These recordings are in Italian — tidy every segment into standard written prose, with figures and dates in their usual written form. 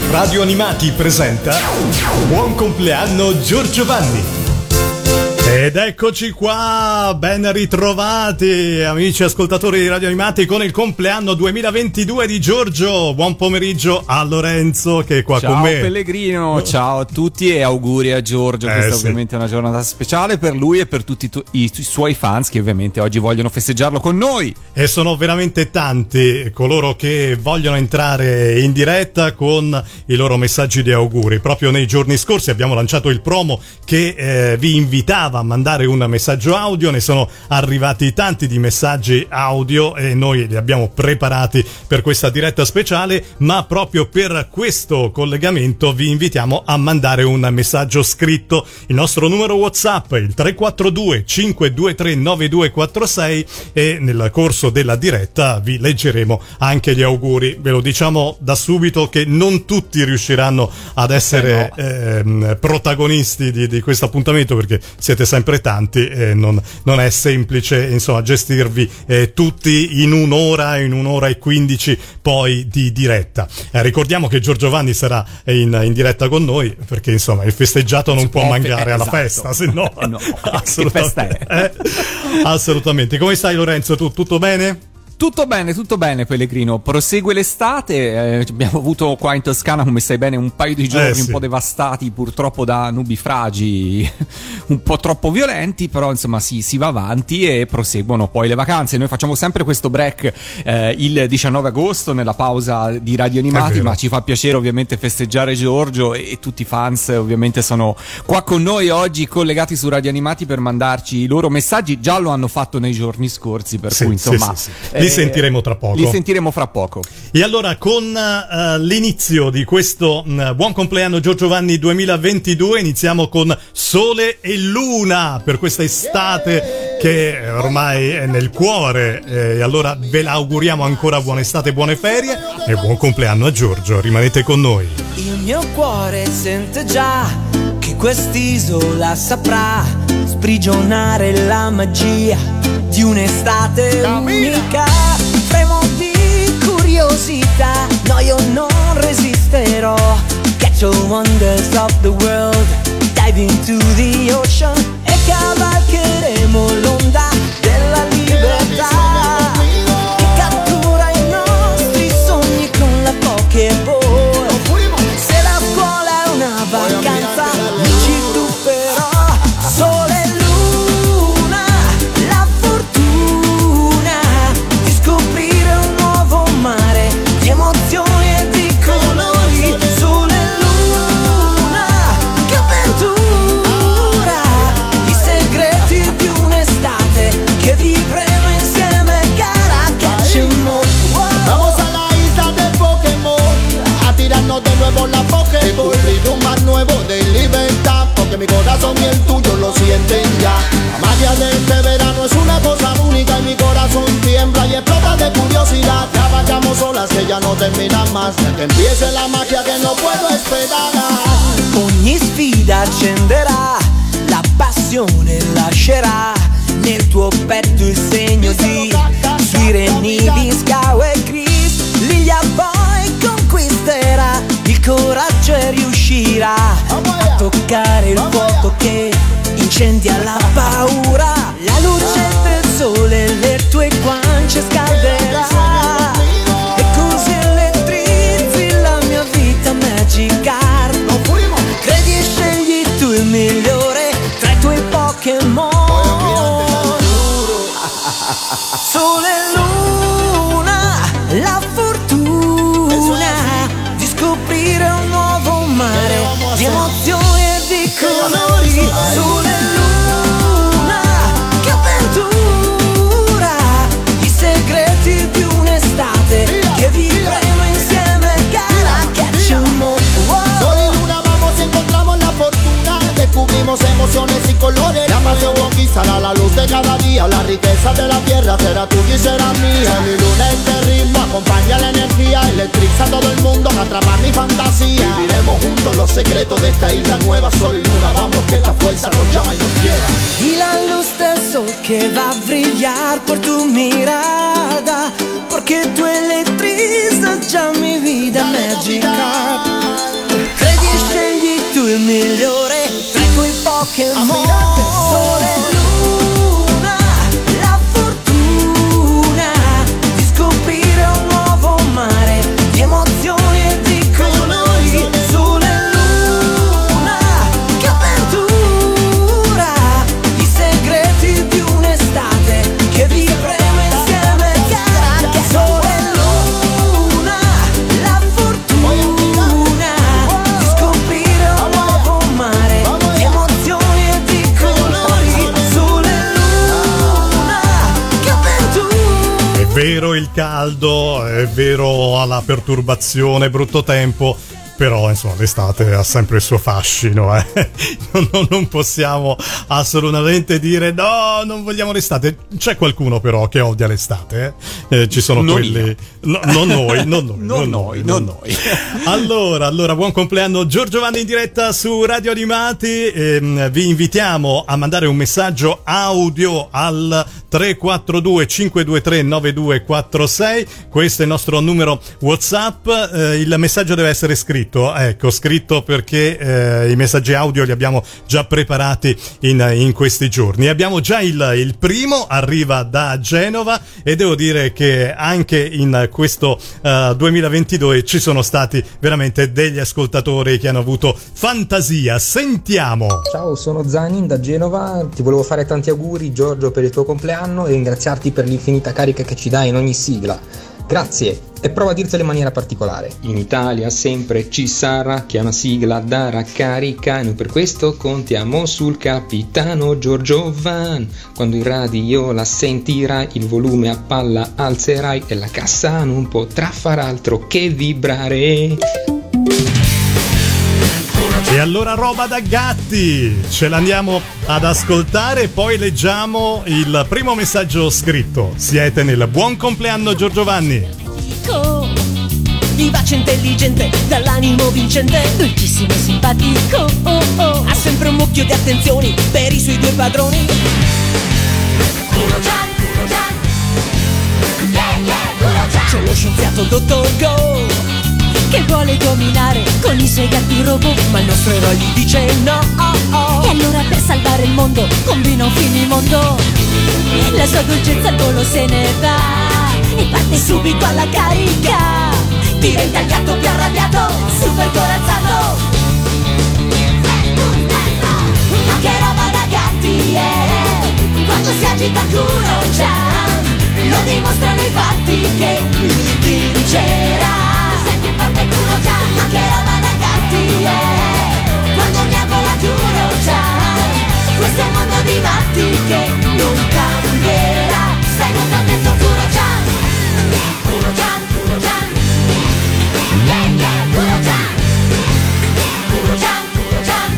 Radio Animati presenta Buon compleanno Giorgio Vanni. Ed eccoci qua, ben ritrovati amici ascoltatori di Radio Animati con il compleanno 2022 di Giorgio. Buon pomeriggio a Lorenzo che è qua ciao, con me. Ciao Pellegrino, ciao a tutti e auguri a Giorgio. Questa ovviamente è una giornata speciale per lui e per tutti i suoi fans che ovviamente oggi vogliono festeggiarlo con noi. E sono veramente tanti coloro che vogliono entrare in diretta con i loro messaggi di auguri. Proprio nei giorni scorsi abbiamo lanciato il promo che vi invitava a mandare un messaggio audio, ne sono arrivati tanti di messaggi audio e noi li abbiamo preparati per questa diretta speciale, ma proprio per questo collegamento vi invitiamo a mandare un messaggio scritto. Il nostro numero WhatsApp è il 342 523 9246 e nel corso della diretta vi leggeremo anche gli auguri. Ve lo diciamo da subito che non tutti riusciranno ad essere protagonisti di questo appuntamento, perché siete sempre tanti e non è semplice insomma gestirvi tutti in un'ora e 15 poi di diretta. Ricordiamo che Giorgio Vanni sarà in diretta con noi perché insomma il festeggiato non può mancare alla festa, se no, assolutamente, che festa è? Assolutamente. Come stai Lorenzo? Tutto bene? Tutto bene Pellegrino, prosegue l'estate, abbiamo avuto qua in Toscana, come sai bene, un paio di giorni un po' devastati purtroppo da nubifragi un po' troppo violenti, però insomma si va avanti e proseguono poi le vacanze. Noi facciamo sempre questo break il 19 agosto nella pausa di Radio Animati, ma ci fa piacere ovviamente festeggiare Giorgio e tutti i fans ovviamente sono qua con noi oggi collegati su Radio Animati per mandarci i loro messaggi, già lo hanno fatto nei giorni scorsi, per cui insomma... Li sentiremo tra poco. Li sentiremo fra poco. E allora con l'inizio di questo Buon compleanno Giorgio Vanni 2022 iniziamo con Sole e Luna per questa estate che ormai è nel cuore, e allora ve la auguriamo ancora buona estate, buone ferie e buon compleanno a Giorgio. Rimanete con noi. Il mio cuore sente già che quest'isola saprà sprigionare la magia di un'estate unica. Tremo di curiosità, no io non resisterò. Catch all wonders of the world, dive into the ocean e cavalcheremo l'onda della libertà che cattura i nostri sogni con la Pokéball. Se la scuola è una vacanza mi ci tufferò. Sole e luna, la fortuna di scoprire un nuovo mare di emozioni e di colori. Sole e luna, che avventura, i segreti di un'estate che vivremo insieme, cara Catch'Emo. Vamos a la isla del Pokémon a tirarnos de nuevo la Pokéball, descubrir un mar nuevo de libertad, porque mi corazón y el tuyo lo sienten ya. La magia de este verano es una cosa única y mi corazón tiembla y explota de curiosidad. Ya vayamos solas que ya no terminan más, ya que empiece la magia que no puedo esperar. Ogni sfida accenderà, la passione lascerà nel tuo petto il segno di Sireni, Biscao e Chris. Lilia poi conquisterà il coraggio e riuscirà a toccare il fuoco che incendia la paura. La luce del sole le tue guance scalderà e così elettrizzi la mia vita Magikarp. Credi e scegli tu il migliore tra i tuoi Pokémon. Sole e luna, la fortuna di scoprire un nuovo mare di emozioni e di colori. Sole e luna, che avventura, i segreti di un'estate che vivremo insieme, cara Catch'Emo. Sol y luna vamos y encontramos la fortuna, descubrimos emociones y colores. La pasión conquistará la luz de cada día. fantasía. La riqueza de la tierra será tuya y será mía. Mi luna este ritmo acompaña la energía, electriza a todo el mundo, atrapar mi fantasía. Viviremos juntos los secretos de esta isla nueva. Sol y luna, vamos que esta fuerza nos llama y nos lleva. Y la luz del sol que va a brillar por tu mirada, porque tu elettriza già mi vita magica. Credi e scegli tu il migliore tra i tuoi Pokémon. Sole e luna, la fortuna di scoprire un nuovo mare di emozioni e di colori. Sole e luna, che avventura, i segreti di un'estate che vivremo insieme. Sole e luna, la fortuna di scoprire un nuovo mare di emozioni e di colori. Sole e luna, che avventura. È vero il caldo, è vero la perturbazione, brutto tempo, però insomma l'estate ha sempre il suo fascino, non possiamo assolutamente dire no, non vogliamo l'estate. C'è qualcuno però che odia l'estate, ci sono non quelli non noi. Allora buon compleanno Giorgio Vanni in diretta su Radio Animati. Vi invitiamo a mandare un messaggio audio al 342 523 9246. Questo è il nostro numero WhatsApp. Il messaggio deve essere scritto, perché i messaggi audio li abbiamo già preparati in questi giorni. Abbiamo già il primo, arriva da Genova, e devo dire che anche in questo 2022 ci sono stati veramente degli ascoltatori che hanno avuto fantasia. Sentiamo. Ciao, sono Zanin da Genova, ti volevo fare tanti auguri Giorgio per il tuo compleanno e ringraziarti per l'infinita carica che ci dai in ogni sigla. Grazie, e provo a dirtelo in maniera particolare. In Italia sempre ci sarà chi ha una sigla da raccarica, e noi per questo contiamo sul capitano Giorgio Van. Quando in radio la sentirai, il volume a palla alzerai e la cassa non potrà far altro che vibrare. E allora roba da gatti, ce l'andiamo ad ascoltare e poi leggiamo il primo messaggio scritto. Siete nel buon compleanno Giorgio Vanni. Vivace, intelligente, dall'animo vincente, dolcissimo e simpatico, ha sempre un mucchio di attenzioni per i suoi due padroni. C'è lo scienziato Dottor Go che vuole dominare con i suoi gatti robot, ma il nostro eroe gli dice no. E allora per salvare il mondo combina un finimondo. La sua dolcezza al volo se ne va e parte subito alla carica. Diventa il gatto più arrabbiato, super corazzato. Ma che roba da gatti è, quando si agita Kuro-chan, lo dimostrano i fatti che vincerà. Ma che roba da gatti è, quando mi avvola Kuro-chan, questo è un mondo di matti che non cambierà. Stai molto attento Kuro-chan, Kuro-chan, Kuro-chan, yeah yeah Kuro-chan, Kuro-chan, Kuro-chan.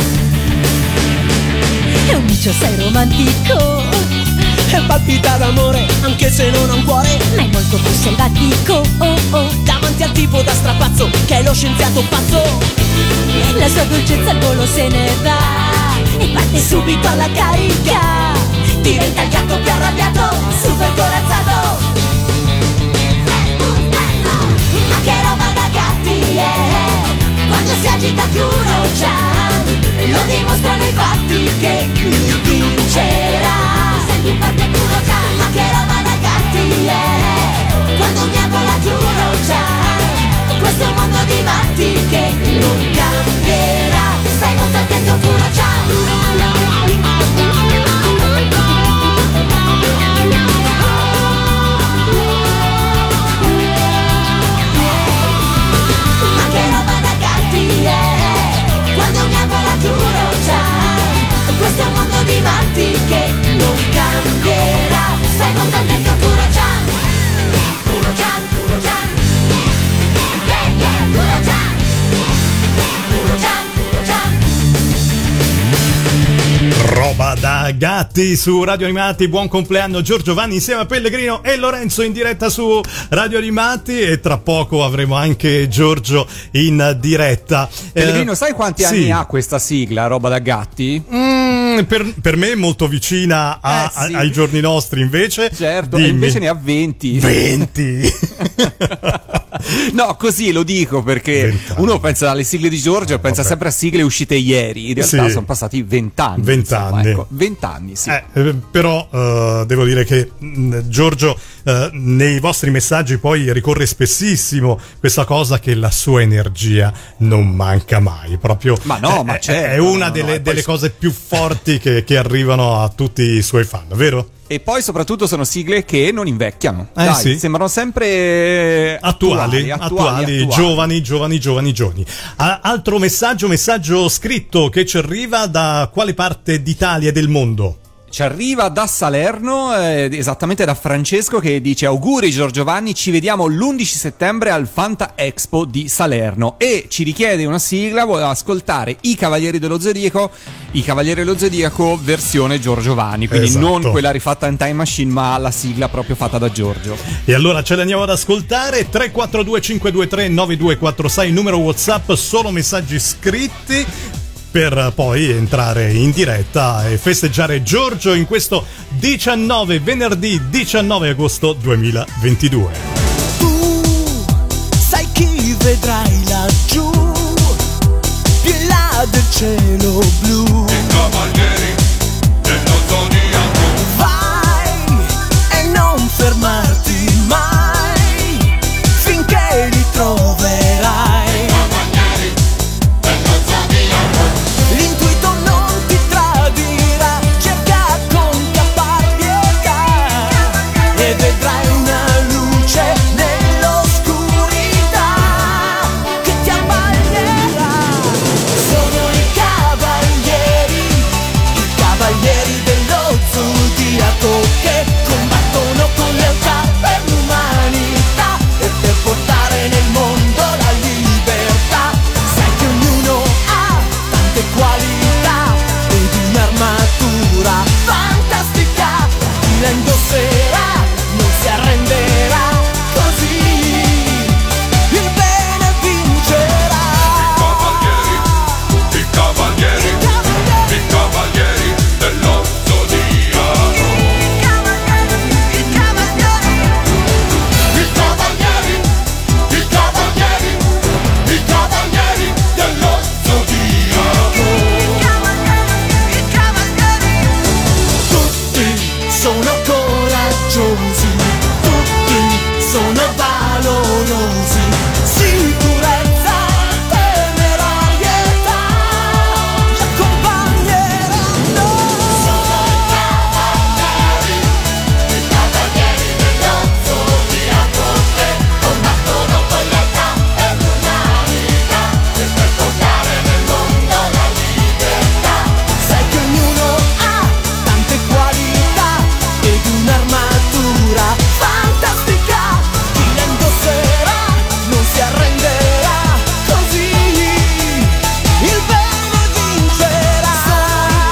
È un bicio sei romantico, e palpita d'amore anche se non ha un cuore, ma è molto più selvatico, davanti al tipo da strapazzo che è lo scienziato pazzo. La sua dolcezza al volo se ne va e parte subito alla carica. Diventa il gatto più arrabbiato, super corazzato. Ma che roba da gatti è, quando si agita Kuro-chan, lo dimostrano i fatti che vincerà. Ma che roba da gatti è, quando mi avvola Kuro-chan, questo è un mondo di matti che non cambierà. Stai molto attento Kuro-chan. Ma che roba da gatti è, quando mi avvola Kuro-chan, questo è un mondo di matti che non cambierà. Gatti su Radio Animati. Buon compleanno Giorgio Vanni insieme a Pellegrino e Lorenzo in diretta su Radio Animati, e tra poco avremo anche Giorgio in diretta. Pellegrino, sai quanti anni ha questa sigla, Roba da Gatti? Per me è molto vicina ai giorni nostri, invece. Certo, dimmi. E invece ne ha 20. 20? No, così lo dico perché uno pensa alle sigle di Giorgio e pensa sempre a sigle uscite ieri. In realtà sono passati 20 anni. 20 anni. Ecco, 20 anni, sì. Però devo dire che Giorgio nei vostri messaggi poi ricorre spessissimo questa cosa, che la sua energia non manca mai. Proprio ma no, ma certo, è una delle cose più forti che arrivano a tutti i suoi fan, vero? E poi soprattutto sono sigle che non invecchiano. Sembrano sempre attuali, giovani. Altro messaggio scritto che ci arriva da quale parte d'Italia e del mondo? Ci arriva da Salerno, esattamente da Francesco, che dice: auguri Giorgio Vanni, ci vediamo l'11 settembre al Fanta Expo di Salerno, e ci richiede una sigla, vuole ascoltare I Cavalieri dello Zodiaco versione Giorgio Vanni, quindi non quella rifatta in Time Machine, ma la sigla proprio fatta da Giorgio. E allora ce l'andiamo ad ascoltare. 342 523 9246, numero WhatsApp, solo messaggi scritti, per poi entrare in diretta e festeggiare Giorgio in questo venerdì 19 agosto 2022. Tu sai chi vedrai laggiù, più in là del cielo blu. I cavalieri dello zodiaco. Vai e non fermarti mai finché li troverai. L'intuito non ti tradirà, cerca con caparbietà e vedrai una luce nell'oscurità che ti abbaglierà. Sono i cavalieri dello zodiaco, che combattono con lealtà per l'umanità e per portare nel mondo la libertà. Sai che ognuno ha tante qualità ed un'armatura fantastica. Chi la indosserà non si arrenderà, così il bene vincerà. I cavalieri dello zodiaco. I cavalieri dello zodiaco. Tutti sono coraggiosi, tutti sono valorosi. Sicurezza, temerarietà li accompagneranno. Sono i cavalieri dello zodiaco, che combattono con lealtà e l'umanità e per portare nel mondo la libertà. Sai che ognuno ha tante qualità ed un'armatura fantastica. Chi la indosserà non si arrenderà, così il bene vincerà. Sono i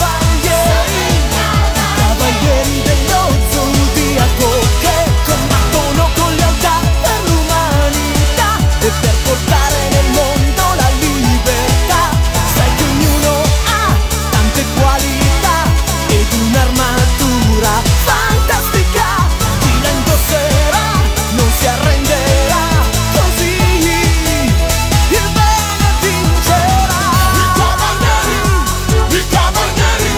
cavalieri dello zodiaco, che combattono con lealtà per l'umanità e per portare nel mondo la libertà. Sai che ognuno ha tante qualità ed un'armatura fantastica. Chi la indosserà non si arrenderà, così il bene vincerà. I cavalieri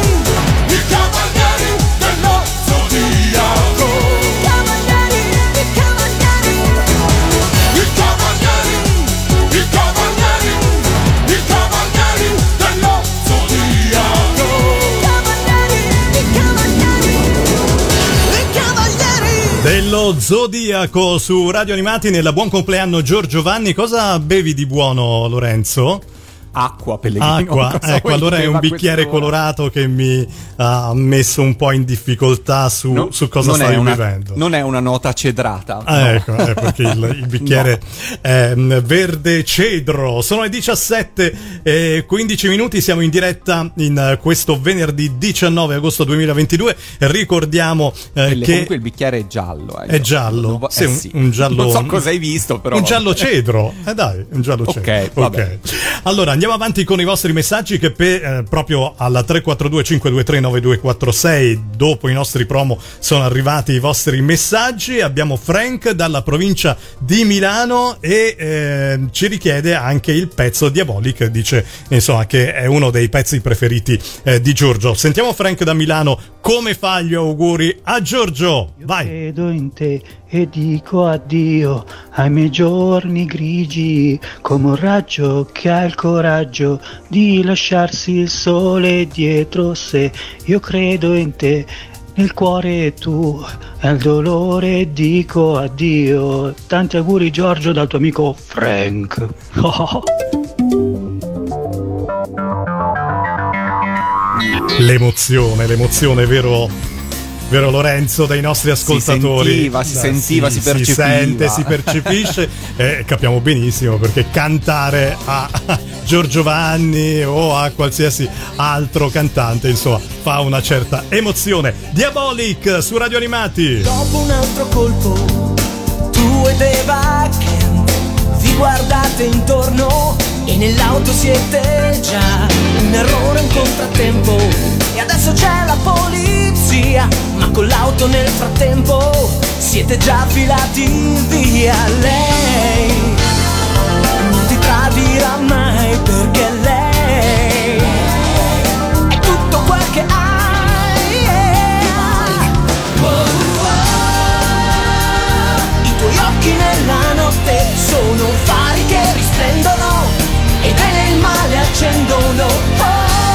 dello zodiaco. I cavalieri dello Zodiaco su Radio Animati. Nella buon compleanno Giorgio Vanni. Cosa bevi di buono, Lorenzo? acqua, Pellegrino. Acqua, ecco, allora è un bicchiere colorato che mi ha messo un po' in difficoltà su cosa stavi bevendo. Non è una nota cedrata. Ecco, perché il bicchiere è verde cedro. Sono le 17:15 minuti, siamo in diretta in questo venerdì 19 agosto 2022. Ricordiamo che comunque il bicchiere è giallo. È giallo? Sì. Un giallo. Non so cosa hai visto, però. Un giallo cedro. Dai, un giallo cedro. Ok. Allora, andiamo avanti con i vostri messaggi che proprio alla 342 523 9246 dopo i nostri promo sono arrivati i vostri messaggi. Abbiamo Frank dalla provincia di Milano e ci richiede anche il pezzo Diabolic, dice insomma che è uno dei pezzi preferiti di Giorgio. Sentiamo Frank da Milano come fa gli auguri a Giorgio. Vai. Io credo in te e dico addio ai miei giorni grigi, come un raggio che ha il coraggio di lasciarsi il sole dietro sé. Io credo in te, nel cuore tu, al dolore dico addio. Tanti auguri Giorgio dal tuo amico Frank. L'emozione, vero Lorenzo, dai nostri ascoltatori. Si sentiva, si percepiva. Si sente, si percepisce. Capiamo benissimo perché cantare a Giorgio Vanni o a qualsiasi altro cantante, insomma, fa una certa emozione. Diabolic su Radio Animati. Dopo un altro colpo, tu ed Eva Kent vi guardate intorno e nell'auto siete già un errore, un contrattempo. E adesso c'è la polizia, ma con l'auto nel frattempo siete già filati via. Lei non ti tradirà mai perché lei è tutto quel che hai. I tuoi occhi nella notte sono fari che risplendono e il bene e il male accendono.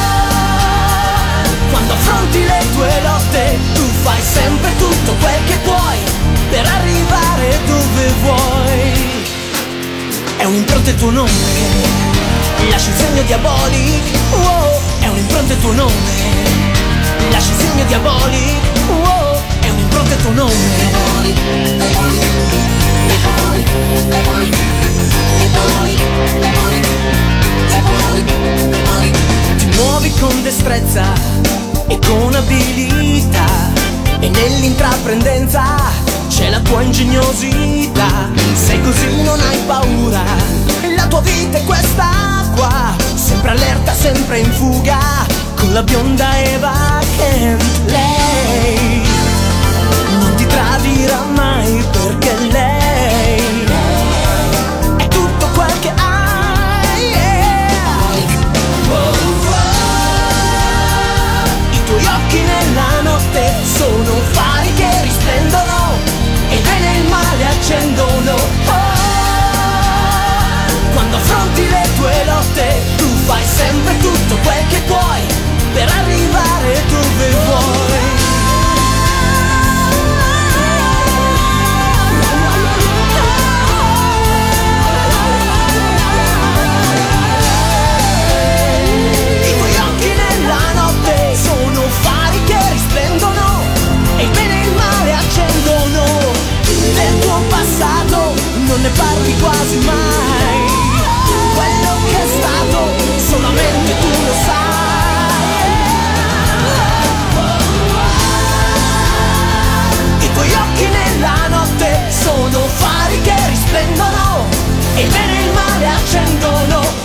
Quando affronti le tue lotte, tu fai sempre tutto quel che puoi per arrivare dove vuoi. È un'impronta il tuo nome, lasci il segno Diabolic. Wow, è un'impronta il tuo nome, lasci il segno Diabolic. Wow, è un'impronta il tuo nome. Ti muovi con destrezza e con abilità, e nell'intraprendenza c'è la tua ingegnosità. Sei così, non hai paura, la tua vita è questa qua, sempre allerta, sempre in fuga, con la bionda Eva Kent. Lei non ti tradirà mai perché lei è tutto quel che hai. I tuoi occhi nella notte sono fari che risplendono e il bene e il male accendono. Quando affronti le tue lotte, tu fai sempre tutto quel che puoi per arrivare dove vuoi. E il bene e il male accendono. Del tuo passato non ne parli quasi mai. Quello che è stato solamente tu lo sai. I tuoi occhi nella notte sono fari che risplendono e il bene e il male accendono.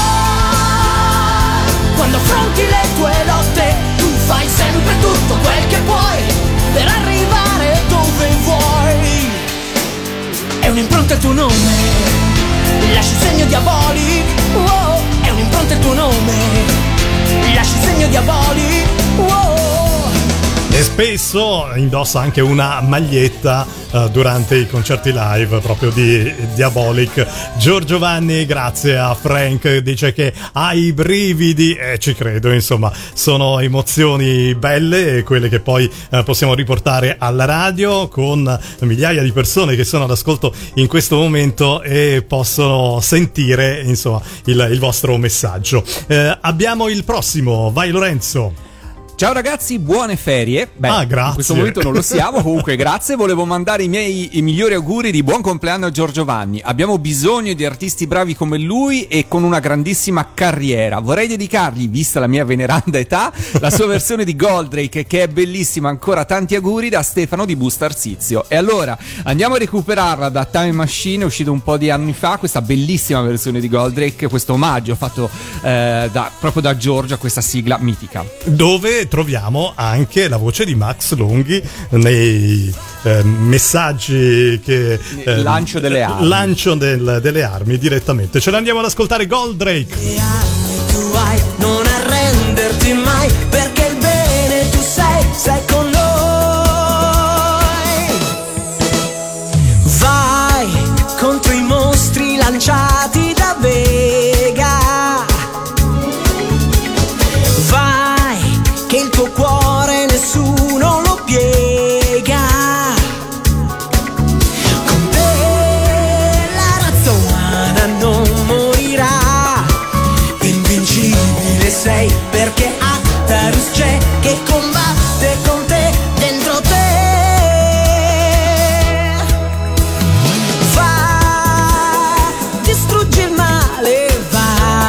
Quando affronti le tue lotte, tu fai sempre tutto quel che puoi per arrivare dove vuoi. È un'impronta il tuo nome, lasci il segno Diabolic. Wow, è un'impronta il tuo nome, lasci il segno Diabolic. Wow. E spesso indossa anche una maglietta durante i concerti live proprio di Diabolic. Giorgio Vanni, grazie a Frank, dice che ha i brividi, ci credo, insomma sono emozioni belle, quelle che poi possiamo riportare alla radio con migliaia di persone che sono all'ascolto in questo momento e possono sentire insomma il vostro messaggio. Abbiamo il prossimo, vai Lorenzo. Ciao ragazzi, buone ferie. Beh, grazie. In questo momento non lo siamo, comunque grazie. Volevo mandare i migliori auguri di buon compleanno a Giorgio Vanni. Abbiamo bisogno di artisti bravi come lui e con una grandissima carriera. Vorrei dedicargli, vista la mia veneranda età, la sua versione di Goldrake, che è bellissima. Ancora tanti auguri da Stefano di Busto Arsizio. E allora andiamo a recuperarla da Time Machine, è uscito un po' di anni fa, questa bellissima versione di Goldrake, questo omaggio fatto proprio da Giorgio a questa sigla mitica, dove troviamo anche la voce di Max Longhi nei messaggi che lancio delle armi, delle armi direttamente. Ce l'andiamo ad ascoltare, Goldrake. Tu hai, non arrenderti mai, perché il bene tu sei con noi. Vai contro i mostri lanciati da Vega. Vai che il tuo cuore nessuno lo piega. Con te la razza umana non morirà. Invincibile sei perché Attarus c'è che combatte con te dentro te. Va, distruggi il male, va.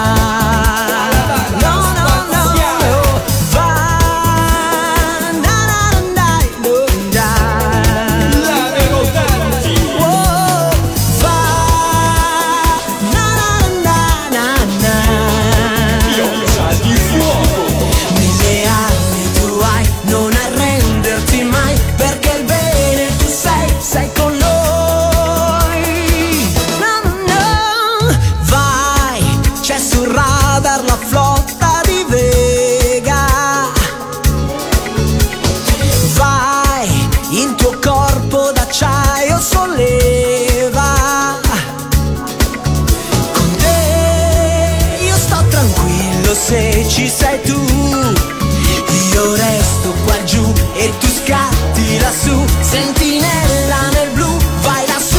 Se ci sei tu, io resto qua giù e tu scatti lassù. Sentinella nel blu, vai lassù.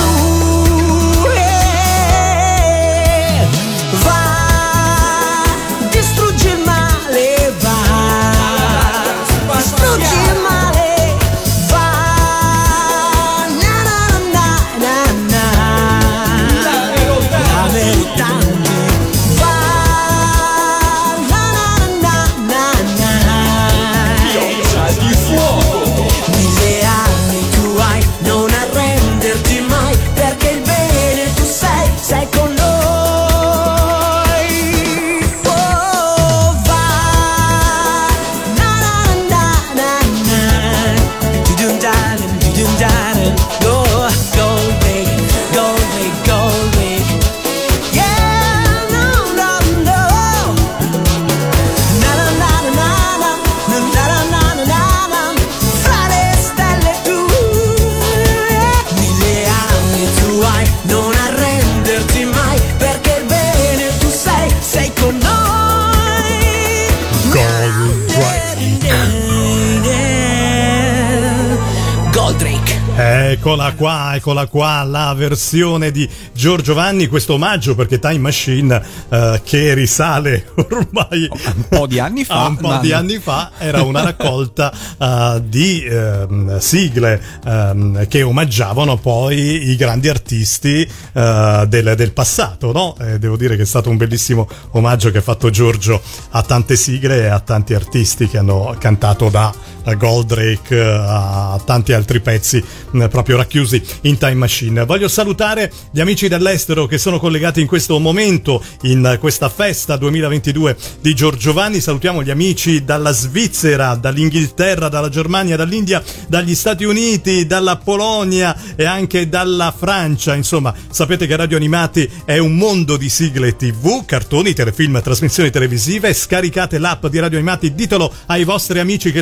Va, distruggi il male, va. Distruggi il male, va. Na na na na na. La verità. Eccola qua, la versione di Giorgio Vanni, questo omaggio perché Time Machine che risale ormai un po' di anni fa, era una raccolta di sigle che omaggiavano poi i grandi artisti del passato, no? Devo dire che è stato un bellissimo omaggio che ha fatto Giorgio a tante sigle e a tanti artisti che hanno cantato da Goldrake a tanti altri pezzi proprio racchiusi in Time Machine. Voglio salutare gli amici dall'estero che sono collegati in questo momento in questa festa 2022 di Giorgio Vanni. Salutiamo gli amici dalla Svizzera, dall'Inghilterra, dalla Germania, dall'India, dagli Stati Uniti, dalla Polonia e anche dalla Francia. Insomma, sapete che Radio Animati è un mondo di sigle TV, cartoni, telefilm, trasmissioni televisive. Scaricate l'app di Radio Animati, ditelo ai vostri amici che non l'hanno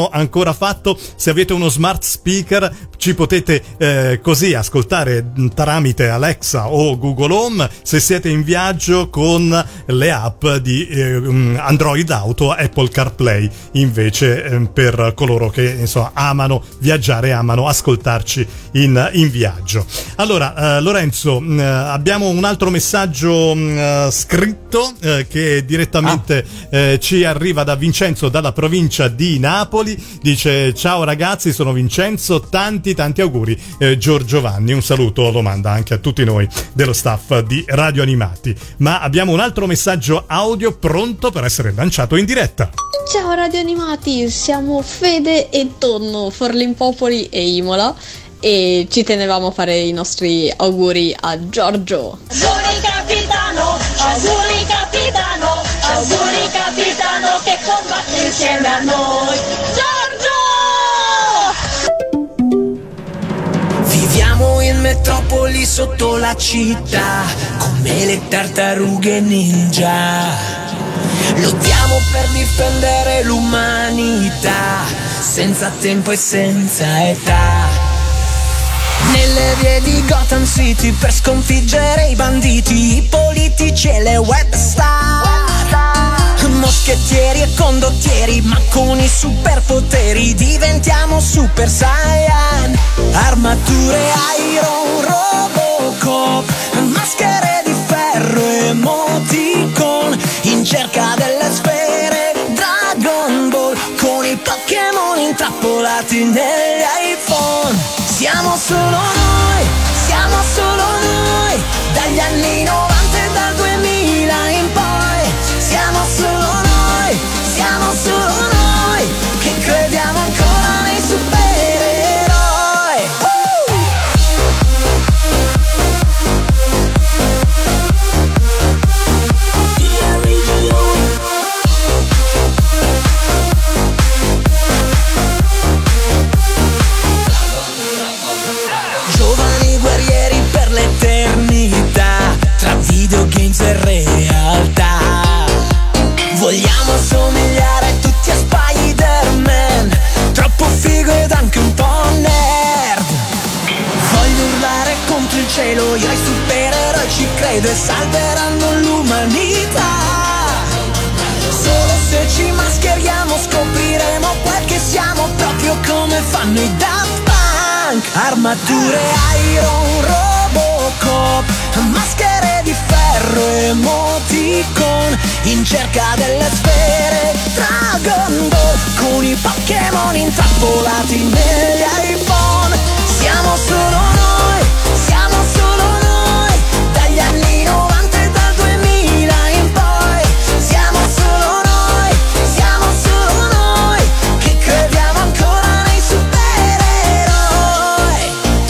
hanno ancora fatto. Se avete uno smart speaker ci potete così ascoltare tramite Alexa o Google Home, se siete in viaggio con le app di Android Auto, Apple CarPlay invece per coloro che insomma amano viaggiare, amano ascoltarci in viaggio. Allora Lorenzo, abbiamo un altro messaggio scritto che direttamente ci arriva da Vincenzo dalla provincia di Napoli. Dice: ciao ragazzi, sono Vincenzo, tanti auguri Giorgio Vanni, un saluto lo manda anche a tutti noi dello staff di Radio Animati. Ma abbiamo un altro messaggio audio pronto per essere lanciato in diretta. Ciao Radio Animati, siamo Fede e Tonno, Forlimpopoli e Imola, e ci tenevamo a fare i nostri auguri a Giorgio. Auguri capitano, auguri capitano, auguri capitano che combatte insieme a noi. Giorgio! Viviamo in metropoli sotto la città, come le tartarughe ninja. Lottiamo per difendere l'umanità, senza tempo e senza età. Nelle vie di Gotham City per sconfiggere i banditi, i politici e le web star. Moschettieri e condottieri, ma con i superpoteri diventiamo Super Saiyan. Armature Iron, Robocop, maschere di ferro, emoticon, in cerca delle sfere Dragon Ball, con i Pokémon intrappolati negli iPhone. Siamo solo noi, dagli anni 90 e dal 2000 in poi. Siamo solo noi, che crediamo ancora nei supereroi. Giovani guerrieri per l'eternità, tra videogames e realtà. Vogliamo somigliare tutti a Spider-Man, troppo figo ed anche un po' nerd. Voglio urlare contro il cielo, io ai supereroi ci credo e salveranno l'umanità. Solo se ci mascheriamo scopriremo quel che siamo, proprio come fanno i Daft Punk. Armature Iron, Robocop, maschere di ferro, emoticon, in cerca delle sfere Dragon Ball, con i Pokémon intrappolati negli iPhone. Siamo solo noi, dagli anni 90 e dal 2000 in poi. Siamo solo noi, che crediamo ancora nei supereroi.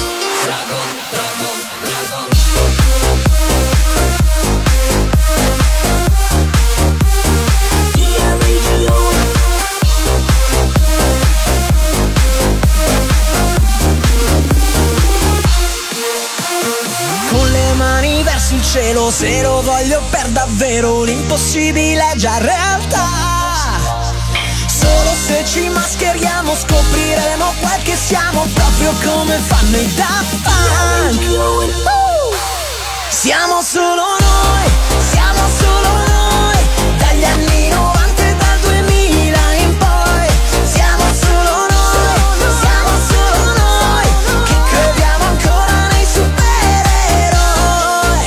Con le mani verso il cielo, se lo voglio per davvero, l'impossibile è già realtà. Solo se ci mascheriamo scopriremo quel che siamo, proprio come fanno i Daft Punk. Siamo solo noi, dagli anni 90 e dal 2000 in poi. Siamo solo noi, che crediamo ancora nei supereroi.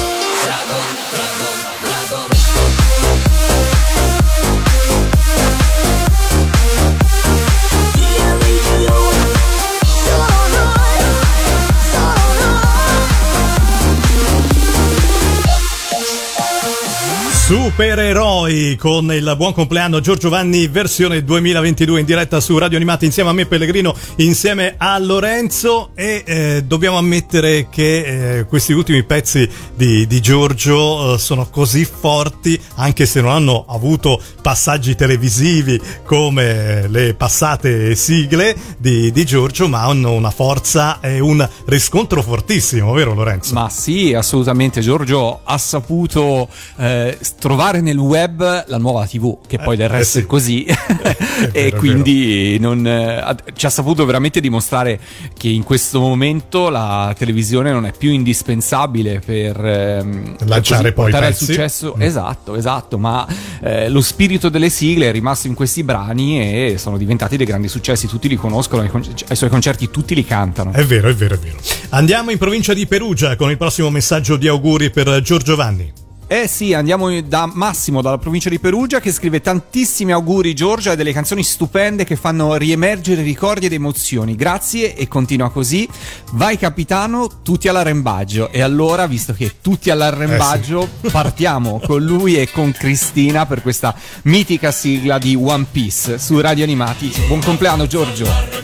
Supereroi con il buon compleanno Giorgio Vanni versione 2022 in diretta su Radio Animati insieme a me Pellegrino, insieme a Lorenzo, e dobbiamo ammettere che questi ultimi pezzi di Giorgio sono così forti, anche se non hanno avuto passaggi televisivi come le passate sigle di Giorgio, ma hanno una forza e un riscontro fortissimo, vero Lorenzo? Ma sì, assolutamente. Giorgio ha saputo trovare nel web la nuova TV, che poi del resto sì. è così. È E vero, quindi ci ha saputo veramente dimostrare che in questo momento la televisione non è più indispensabile per lanciare poi portare al pezzi. successo. Esatto, ma lo spirito delle sigle è rimasto in questi brani e sono diventati dei grandi successi, tutti li conoscono, ai suoi concerti tutti li cantano. È vero. Andiamo in provincia di Perugia con il prossimo messaggio di auguri per Giorgio Vanni. Eh sì, andiamo da Massimo dalla provincia di Perugia, che scrive tantissimi auguri Giorgia e delle canzoni stupende che fanno riemergere ricordi ed emozioni. Grazie e continua così. Vai capitano, tutti all'arrembaggio. E allora, visto che tutti all'arrembaggio, partiamo con lui e con Cristina per questa mitica sigla di One Piece su Radio Animati. Buon compleanno Giorgio.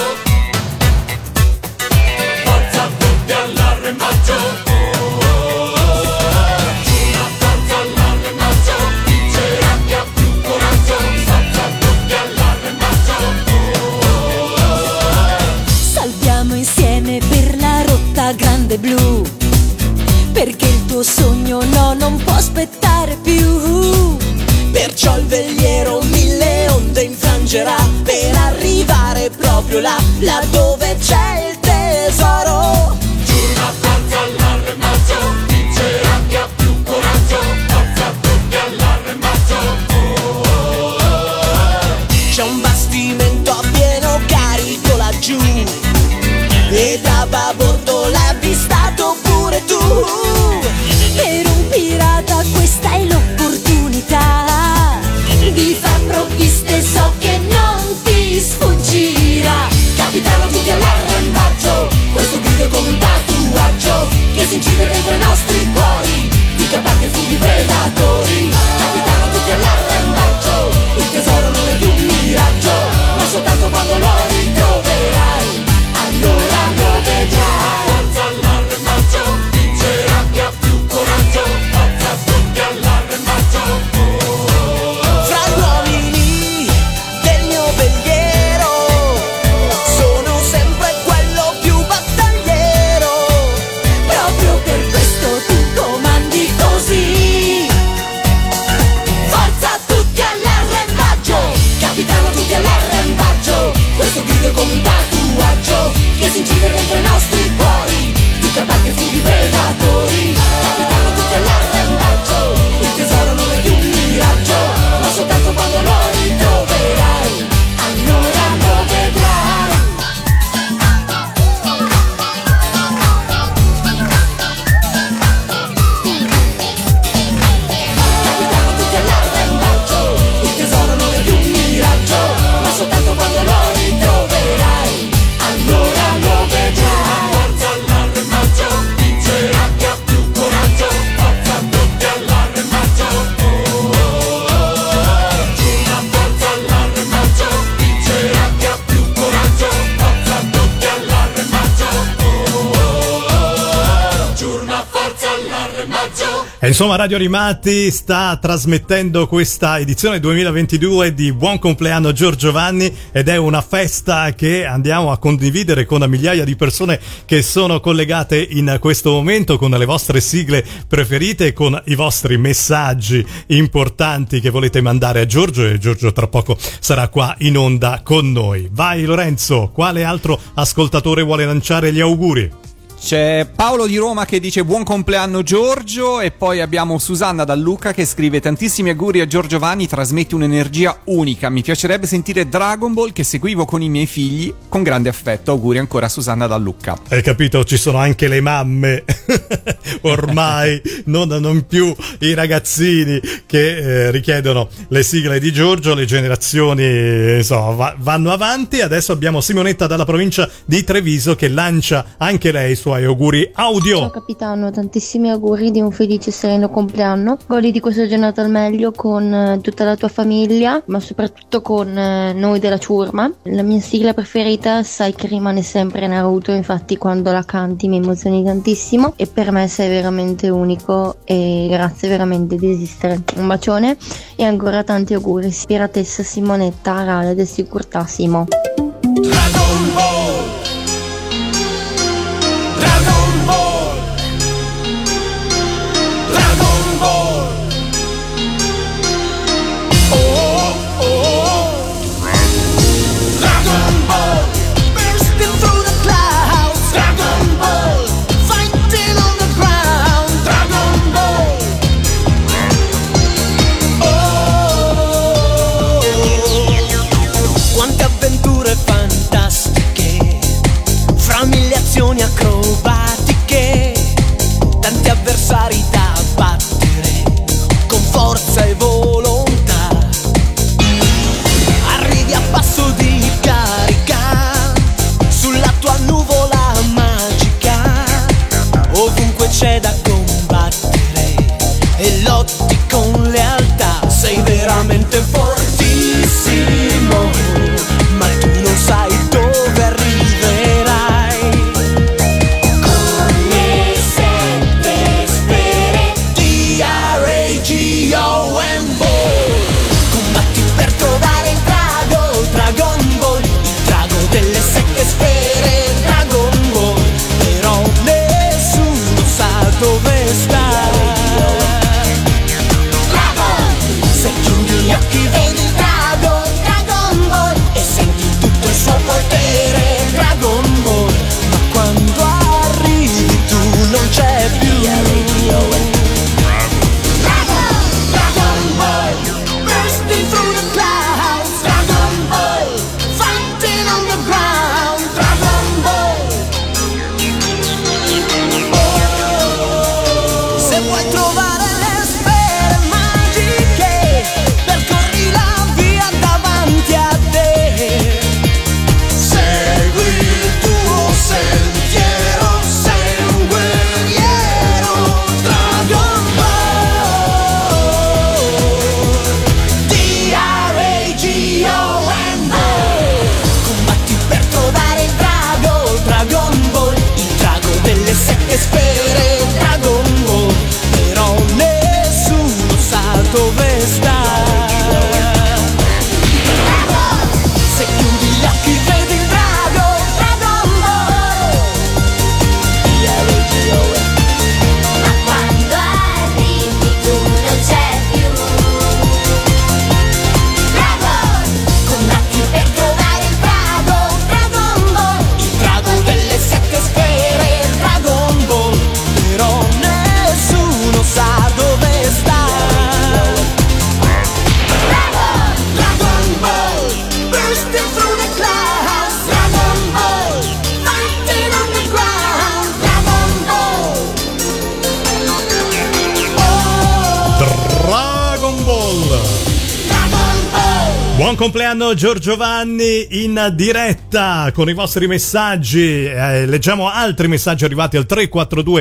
Grande blu, perché il tuo sogno non può aspettare più. Perciò il veliero 1000 onde infrangerà per arrivare proprio là dove c'è il tesoro. Giù una forza all'arrembaggio, vincerà chi ha più coraggio. Forza tutti all'arrembaggio. C'è un bastimento a pieno carico laggiù e da babordo l'hai avvistato pure tu. Per un pirata questa è l'opportunità di far provviste, so che non ti sfuggirà. Capitano tutti all'arrembaggio, questo grido è come un tatuaggio che si incide dentro i nostri cuori, di capaci e funghi predatori. Capitano tutti all'arrembaggio, il tesoro non è più un miraggio, ma soltanto quando lo ritroverai, allora lo vedrai. Forza all'arrembaggio, vincerà chi ha più coraggio. Forza tutti all'arrembaggio. Fra gli uomini del mio veliero sono sempre quello più battagliero, proprio per questo tu comandi così. Forza tutti all'arrembaggio, capitano tutti all'arrembaggio, questo grido è come un tatuaggio che si incide dentro i nostri cuori, di capaci e funghi predatori. Capitano tutti all'arrembaggio, il tesoro non è più un miraggio, ma soltanto quando lo ritroverai, allora lo vedrai. Capitano tutti all'arrembaggio, il tesoro non è più un miraggio, ma soltanto quando lo ritroverai, allora lo vedrai. Forza all'arrembaggio, vincerà chi ha più coraggio. Forza tutti all'arrembaggio. Giù una forza all'arrembaggio, vincerà chi ha più coraggio. Forza tutti all'arrembaggio. Giù una forza all'arrembaggio. E insomma, Radio Animati sta trasmettendo questa edizione 2022 di Buon compleanno Giorgio Vanni, ed è una festa che andiamo a condividere con migliaia di persone che sono collegate in questo momento con le vostre sigle preferite, con i vostri messaggi importanti che volete mandare a Giorgio, e Giorgio tra poco sarà qua in onda con noi. Vai Lorenzo, quale altro ascoltatore vuole lanciare gli auguri? C'è Paolo di Roma che dice buon compleanno Giorgio, e poi abbiamo Susanna da Lucca che scrive tantissimi auguri a Giorgio Vanni, trasmetti un'energia unica, mi piacerebbe sentire Dragon Ball che seguivo con i miei figli con grande affetto. Auguri ancora a Susanna da Lucca. Hai capito, ci sono anche le mamme ormai, non più i ragazzini che richiedono le sigle di Giorgio, le generazioni insomma vanno avanti. Adesso abbiamo Simonetta dalla provincia di Treviso che lancia anche lei i suoi auguri audio. Ciao capitano, tantissimi auguri di un felice e sereno compleanno. Godi di questa giornata al meglio con tutta la tua famiglia, ma soprattutto con noi della ciurma. La mia sigla preferita sai che rimane sempre Naruto, infatti quando la canti mi emozioni tantissimo e per me sei veramente unico e grazie veramente di esistere. Un bacione e ancora tanti auguri. Spiratessa Simonetta, Rale del Sicurtà Simo. Dragon Ball. Dragon Ball. Dragon Ball. poi c'è da combattere e lotti con lealtà. Sei veramente fortissimo, ma tu non sai dove arriverai. Come sette sfere, D-R-A-G-O-N-Ball. Combatti per trovare il Dragon Ball, il drago delle sette sfere, Dragon Ball. Però nessuno sa dove sta. Se chiudi gli occhi vedi il Dragon Ball e senti tutto il suo potere, Dragon Ball. Ma quando arrivi tu non c'è più. Dragon Ball, bursting through the clouds, Dragon Ball, fighting on the ground, Dragon Ball. Oh, se vuoi trovare le sfere magiche, percorri la via davanti a te. Segui il tuo sentiero, sei un guerriero, Dragon Ball. D-R-A-G-O-N-Ball. Combatti per trovare il Dragon Ball, il drago delle sette sfere, Dragon Ball. Però nessuno sa dove sta. Se chiudi gli occhi vedi il Dragon Ball. ma quando arrivi tu non c'è più. Dragon, Combatti per trovare il Dragon Ball, il drago delle sette sfere, Dragon Ball. Però nessuno sa dove sta. Dragon Ball, bursting through the clouds, Dragon Ball, fighting on the ground, Dragon Ball. Dragon Ball. Dragon Ball. Buon compleanno Giorgio Vanni in diretta con i vostri messaggi. Leggiamo altri messaggi arrivati al 342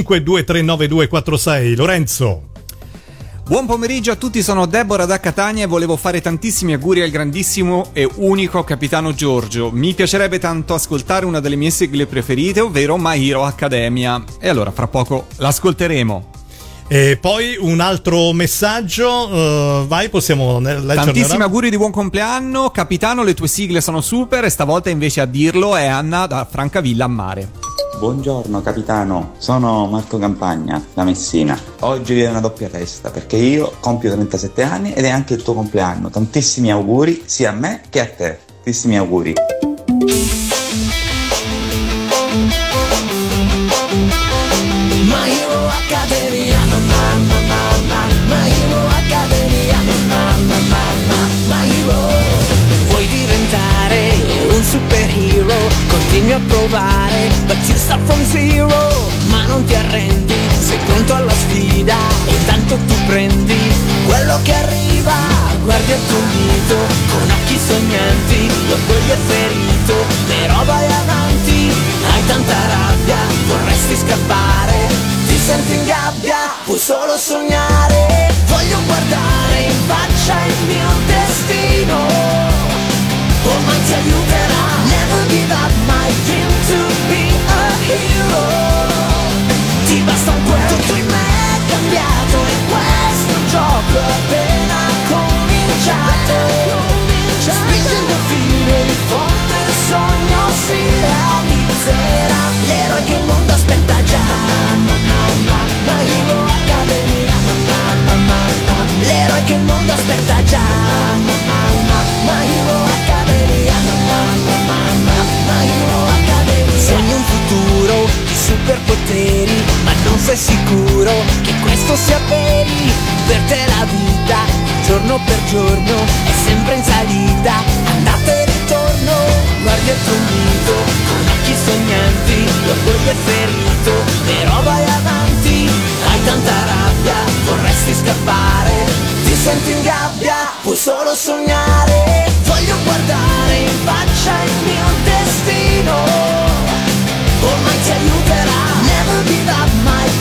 5239 Lorenzo. Buon pomeriggio a tutti, sono Deborah da Catania e volevo fare tantissimi auguri al grandissimo e unico capitano Giorgio. Mi piacerebbe tanto ascoltare una delle mie sigle preferite, ovvero My Hero Academia. E allora fra poco l'ascolteremo. E poi un altro messaggio, vai, possiamo leggerne. Tantissimi auguri di buon compleanno, capitano, le tue sigle sono super e stavolta invece a dirlo è Anna da Francavilla a Mare. Buongiorno capitano, sono Marco Campagna da Messina. Oggi è una doppia festa perché io compio 37 anni ed è anche il tuo compleanno. Tantissimi auguri sia a me che a te. Tantissimi auguri. My Hero Academia, My Hero Academia, My Hero. Vuoi diventare un superhero? Continui a provare, but you start from zero. Ma non ti arrendi, sei pronto alla sfida e intanto tu prendi quello che arriva. Guardi il tuo mito con occhi sognanti, l'orgoglio è ferito, però vai avanti. Hai tanta rabbia, vorresti scappare, ti senti in gabbia, puoi solo sognare. Voglio guardare in faccia il mio destino, ormai ti aiuterà. Never give up my dream to be a hero. Ti basta un quel, tutto in me è cambiato e questo gioco è appena cominciato. Spingendo fino in fondo il sogno si realizzerà. L'eroe che il mondo aspetta già. My Hero Academia, l'eroe che il mondo aspetta già. My Hero Academia, My Hero Academia. Sogni un futuro di superpoteri, ma non sei sicuro che questo sia veri. Per te la vita, giorno per giorno, è sempre in salita, andata e ritorno. Guardi il tuo mito con occhi sognanti, l'orgoglio è ferito, però vai avanti. Hai tanta rabbia, vorresti scappare, ti senti in gabbia, puoi solo sognare. Voglio guardare in faccia il mio destino, ormai ti aiuterà. Never give up my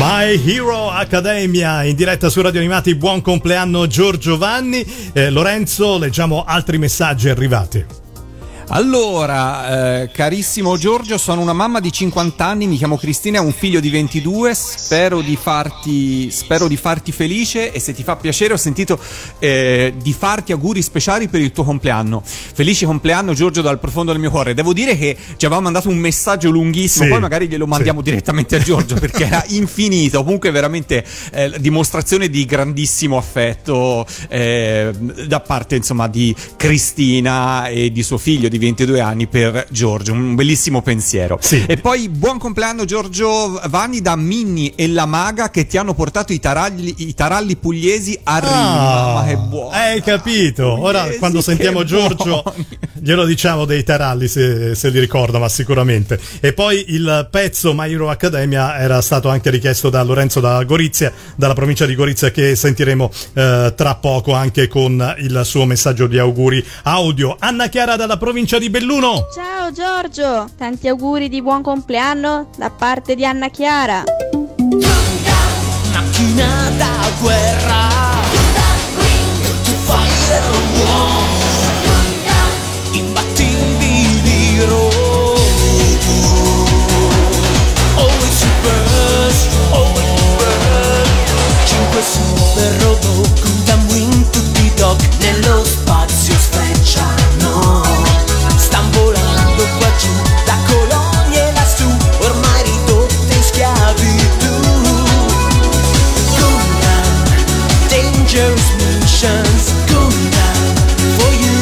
My Hero Academia in diretta su Radio Animati. Buon compleanno Giorgio Vanni. Lorenzo, leggiamo altri messaggi arrivati. Allora, carissimo Giorgio, sono una mamma di 50 anni, mi chiamo Cristina, ho un figlio di 22, spero di farti felice, e se ti fa piacere ho sentito di farti auguri speciali per il tuo compleanno. Felice compleanno Giorgio dal profondo del mio cuore. Devo dire che ci aveva mandato un messaggio lunghissimo, sì, poi magari glielo mandiamo direttamente a Giorgio perché era infinito. Comunque veramente dimostrazione di grandissimo affetto da parte, insomma, di Cristina e di suo figlio di 22 anni per Giorgio. Un bellissimo pensiero. Sì. E poi buon compleanno Giorgio Vanni da Minni e la Maga che ti hanno portato i taralli pugliesi a Rimini. Ma che buono! Hai capito? Ora pugliesi, quando sentiamo Giorgio glielo diciamo dei taralli se li ricorda, ma sicuramente. E poi il pezzo My Hero Academia era stato anche richiesto da Lorenzo da Gorizia, dalla provincia di Gorizia, che sentiremo tra poco anche con il suo messaggio di auguri audio. Anna Chiara dalla provincia di Belluno. Ciao Giorgio, tanti auguri di buon compleanno da parte di Anna Chiara. Macchina da guerra, tu fai imbattibili always super, 5 super robot, Gundam Wing, tutti i dog nello spazio sfrecciano. Stan volando qua giù, da colonie lassù, ormai ridotte in schiavitù. Gundam, dangerous missions, Gundam, for you.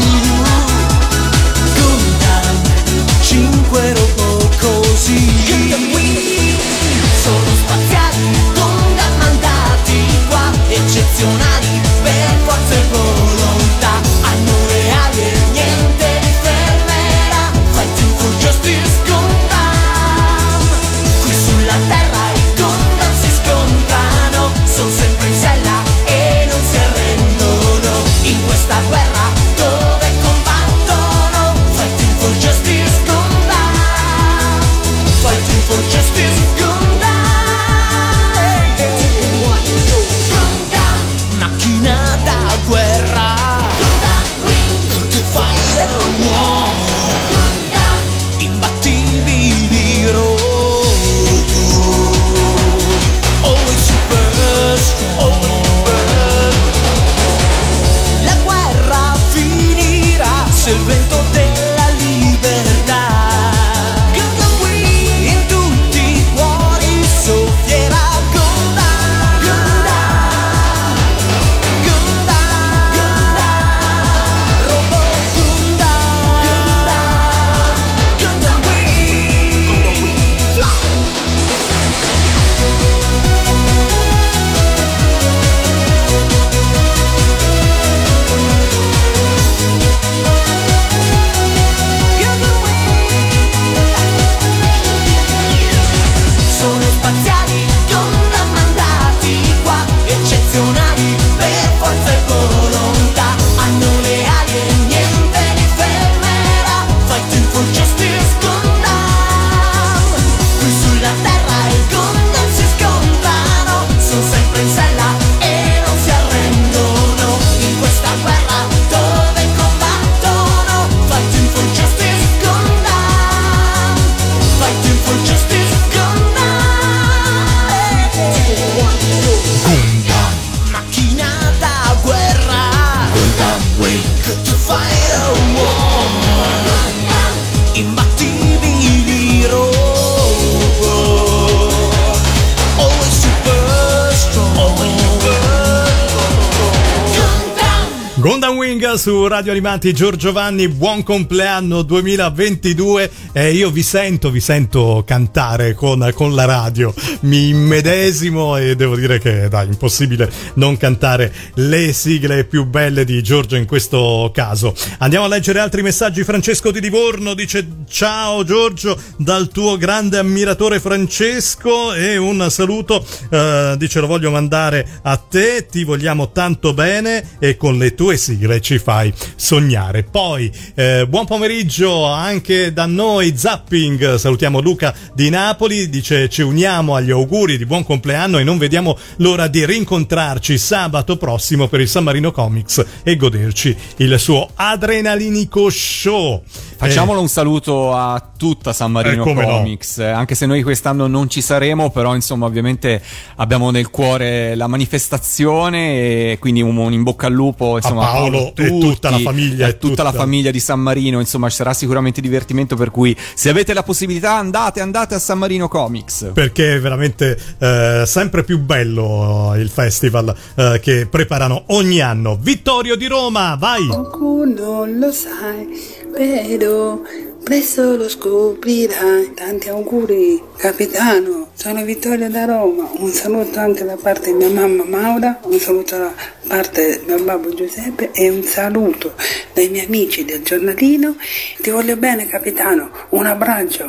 Gundam, 5 robot così. Gundam Wing, sono spaziali, Gundam mandati qua, eccezionali per forza e volontà. Hanno le ali e niente li fermerà. Fighting for justice, Gundam. Qui sulla terra i Gundam si scontrano, sono sempre in sella e non si arrendono. In questa guerra dove combattono, fighting for justice, Gundam. Fighting for justice, Gundam. Macchina da guerra, che fai imbattibili always super, la guerra finirà se il vento della libertà in tutti i cuori soffierà. Sono spaziali, Gundam mandati qua, eccezionali per forza e volontà. Hanno le ali e niente li fermerà. Fighting for justice, Gundam. Qui sulla terra i Gundam si scontrano, sono sempre in sella e non si arrendono. In questa guerra dove combattono, fighting for justice, Gundam. Fighting for justice, Gundam. Macchina da guerra, Gundam Wing, to fight a war. Imbattibili always super strong. Gundam Wing su Radio Animati. Giorgio Vanni, buon compleanno 2022. Io vi sento cantare con la radio, mi immedesimo e devo dire che dai, impossibile non cantare le sigle più belle di Giorgio in questo caso. Andiamo a leggere altri messaggi. Francesco di Livorno dice: ciao Giorgio, dal tuo grande ammiratore Francesco, e un saluto dice lo voglio mandare a te, ti vogliamo tanto bene e con le tue tue sigle ci fai sognare. Poi buon pomeriggio anche da noi, Zapping, salutiamo Luca di Napoli, dice ci uniamo agli auguri di buon compleanno e non vediamo l'ora di rincontrarci sabato prossimo per il San Marino Comics e goderci il suo adrenalinico show. Facciamolo un saluto a tutta San Marino Comics, no. Anche se noi quest'anno non ci saremo, però insomma ovviamente abbiamo nel cuore la manifestazione e quindi un in bocca al lupo insomma, a Paolo tutti, e tutta la famiglia e tutta la famiglia di San Marino, insomma ci sarà sicuramente divertimento, per cui se avete la possibilità andate a San Marino Comics, perché è veramente sempre più bello il festival che preparano ogni anno. Vittorio di Roma, vai! Qualcuno lo sai, però presto lo scoprirai. Tanti auguri capitano, sono Vittorio da Roma, un saluto anche da parte di mia mamma Maura, un saluto da parte del babbo Giuseppe e un saluto dai miei amici del giornalino. Ti voglio bene capitano, un abbraccio.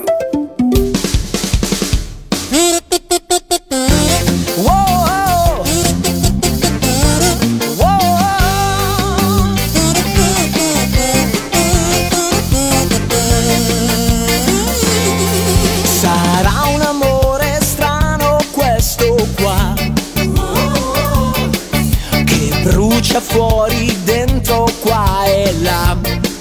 Fuori, dentro, qua e là.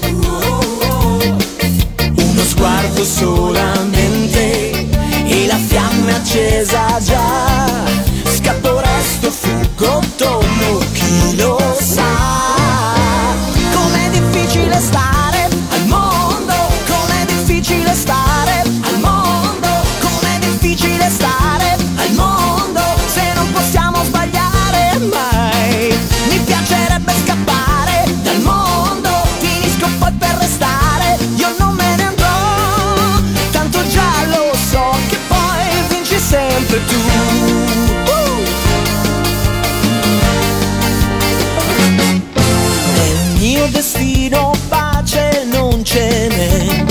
Uno sguardo solamente e la fiamma è accesa già. Scappo, resto, fuggo, torno, chi lo sa. Com'è difficile stare al mondo, com'è difficile stare al mondo, com'è difficile stare al mondo, se non possiamo sbagliare mai. Mi piacerebbe scappare dal mondo, finisco poi per restare, io non me ne andrò, tanto già lo so che poi vinci sempre tu. Nel mio destino pace non ce n'è,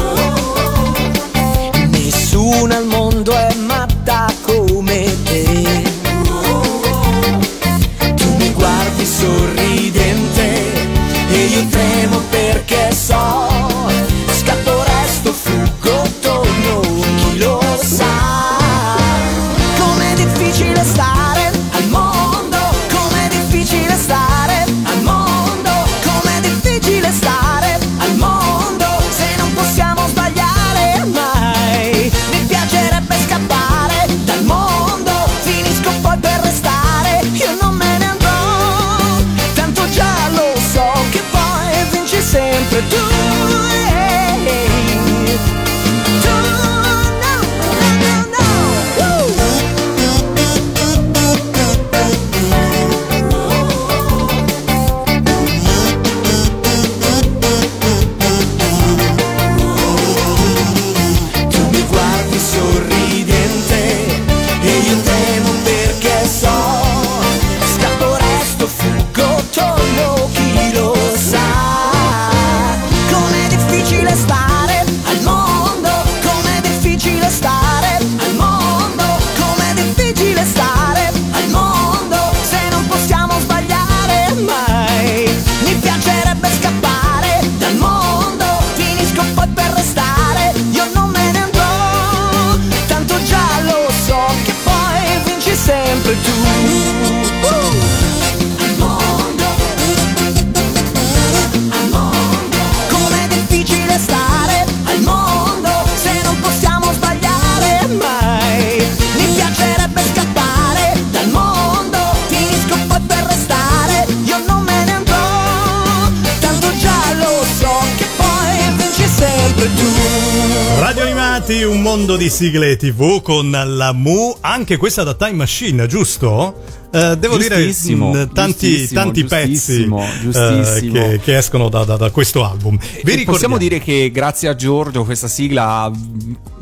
nessuna al mondo è matta come te. Sorridente e io tremo perché so, scappo, resto, fuggo, torno, chi lo sa. Com'è difficile stare al mondo, com'è difficile stare al mondo, com'è difficile stare al mondo, se non possiamo sbagliare mai. Mi piacerebbe scappare dal mondo, finisco poi per restare, io non me ne andrò, già lo so che poi vinci sempre tu. Tu mi guardi sorridente e io temo perché so, scappo, resto, fuggo, torno, chi lo sa. Com'è difficile stare al mondo, com'è difficile stare al mondo, com'è difficile stare al mondo, se non possiamo sbagliare mai. Mi piacerebbe scappare dal mondo, finisco poi per restare, io non me ne andrò, tanto già lo so che poi vinci sempre tu. Stare al mondo, se non possiamo sbagliare mai. Mi piacerebbe scappare dal mondo, finisco poi per restare, io non me ne andrò, tanto già lo so che poi vinci sempre tu. Radio Animati, un mondo di sigle TV con la Mu, anche questa da Time Machine, giusto? Devo dire tanti pezzi che escono da questo album. Possiamo dire che grazie a Giorgio questa sigla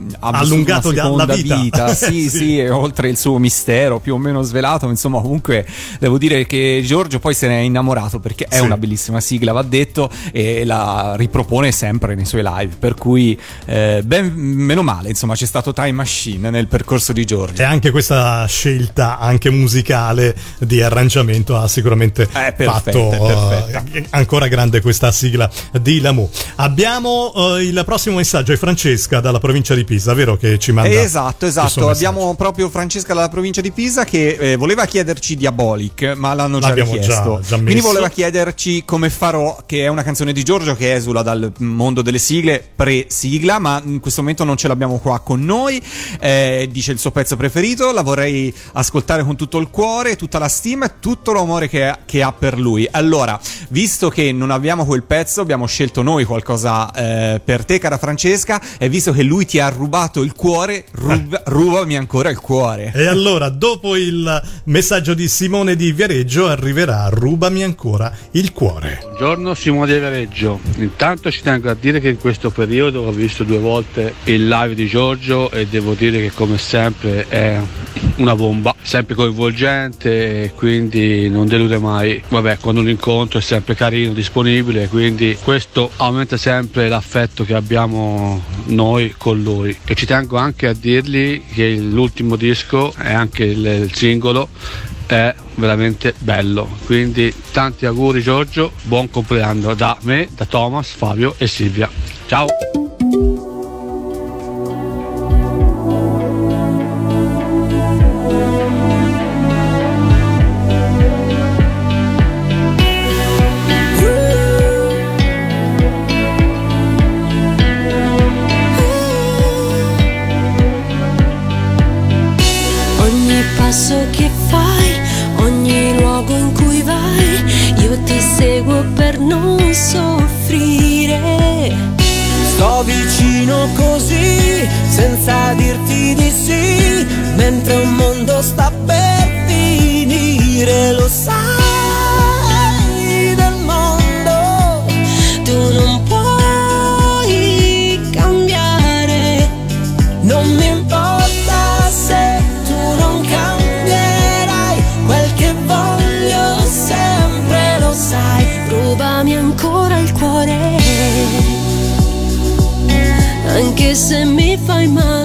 ha allungato una la vita. sì, sì, e oltre il suo mistero più o meno svelato, insomma, comunque devo dire che Giorgio poi se ne è innamorato, perché è una bellissima sigla, va detto, e la ripropone sempre nei suoi live, per cui meno male, insomma, c'è stato Time Machine nel percorso di Giorgio. E anche questa scelta anche musicale di arrangiamento ha sicuramente fatto ancora grande questa sigla di Lamu. Abbiamo il prossimo messaggio, è Francesca dalla provincia di Pisa, vero, che ci manda? Esatto, abbiamo proprio Francesca dalla provincia di Pisa che voleva chiederci Diabolic, ma l'hanno già richiesto, quindi voleva chiederci Come farò, che è una canzone di Giorgio che esula dal mondo delle sigle, pre-sigla, ma in questo momento non ce l'abbiamo qua con noi. Dice il suo pezzo preferito, la vorrei ascoltare con tutto il cuore, tutta la stima e tutto l'amore che ha per lui. Allora, visto che non abbiamo quel pezzo, abbiamo scelto noi qualcosa per te, cara Francesca, e visto che lui ti ha rubato il cuore, rubami ancora il cuore. E allora, dopo il messaggio di Simone di Viareggio, arriverà Rubami ancora il cuore. Buongiorno Simone di Viareggio, intanto ci tengo a dire che in questo periodo ho visto 2 volte il live di Giorgio e devo dire che come sempre è una bomba, sempre coinvolgente e quindi non delude mai. Vabbè, quando un incontro è sempre carino, disponibile, quindi questo aumenta sempre l'affetto che abbiamo noi con lui. E ci tengo anche a dirgli che l'ultimo disco e anche il singolo è veramente bello, quindi tanti auguri Giorgio, buon compleanno da me, da Thomas, Fabio e Silvia. Ciao! Ogni passo che fai, ogni luogo in cui vai, io ti seguo per non soffrire. Sto vicino così, senza dirti di sì, mentre un mondo sta per finire. Lo sai del mondo, tu non puoi cambiare. Non mi importa se tu non cambierai, quel che voglio sempre lo sai. Rubami ancora il cuore, anche se mi fai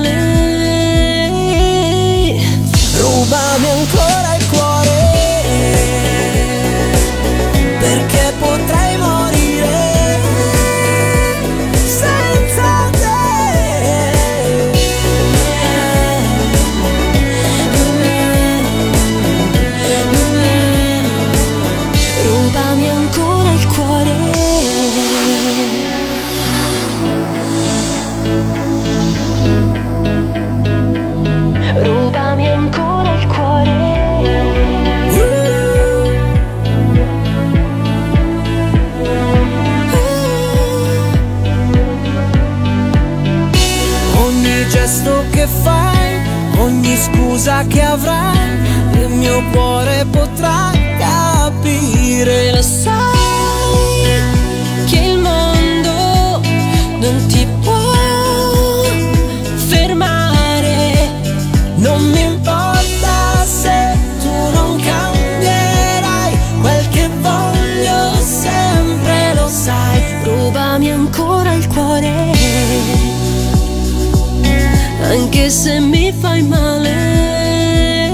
male. Rubami ancora il cuore, perché potrei morire senza te. Rubami ancora il cuore. Rubami ancora il cuore. Ogni gesto che fai, ogni scusa che avrai, il mio cuore potrà capire. Lo sai che il mondo non ti può fermare. Non mi importa se tu non cambierai, quel che voglio sempre lo sai. Rubami ancora il cuore, anche se mi fai male.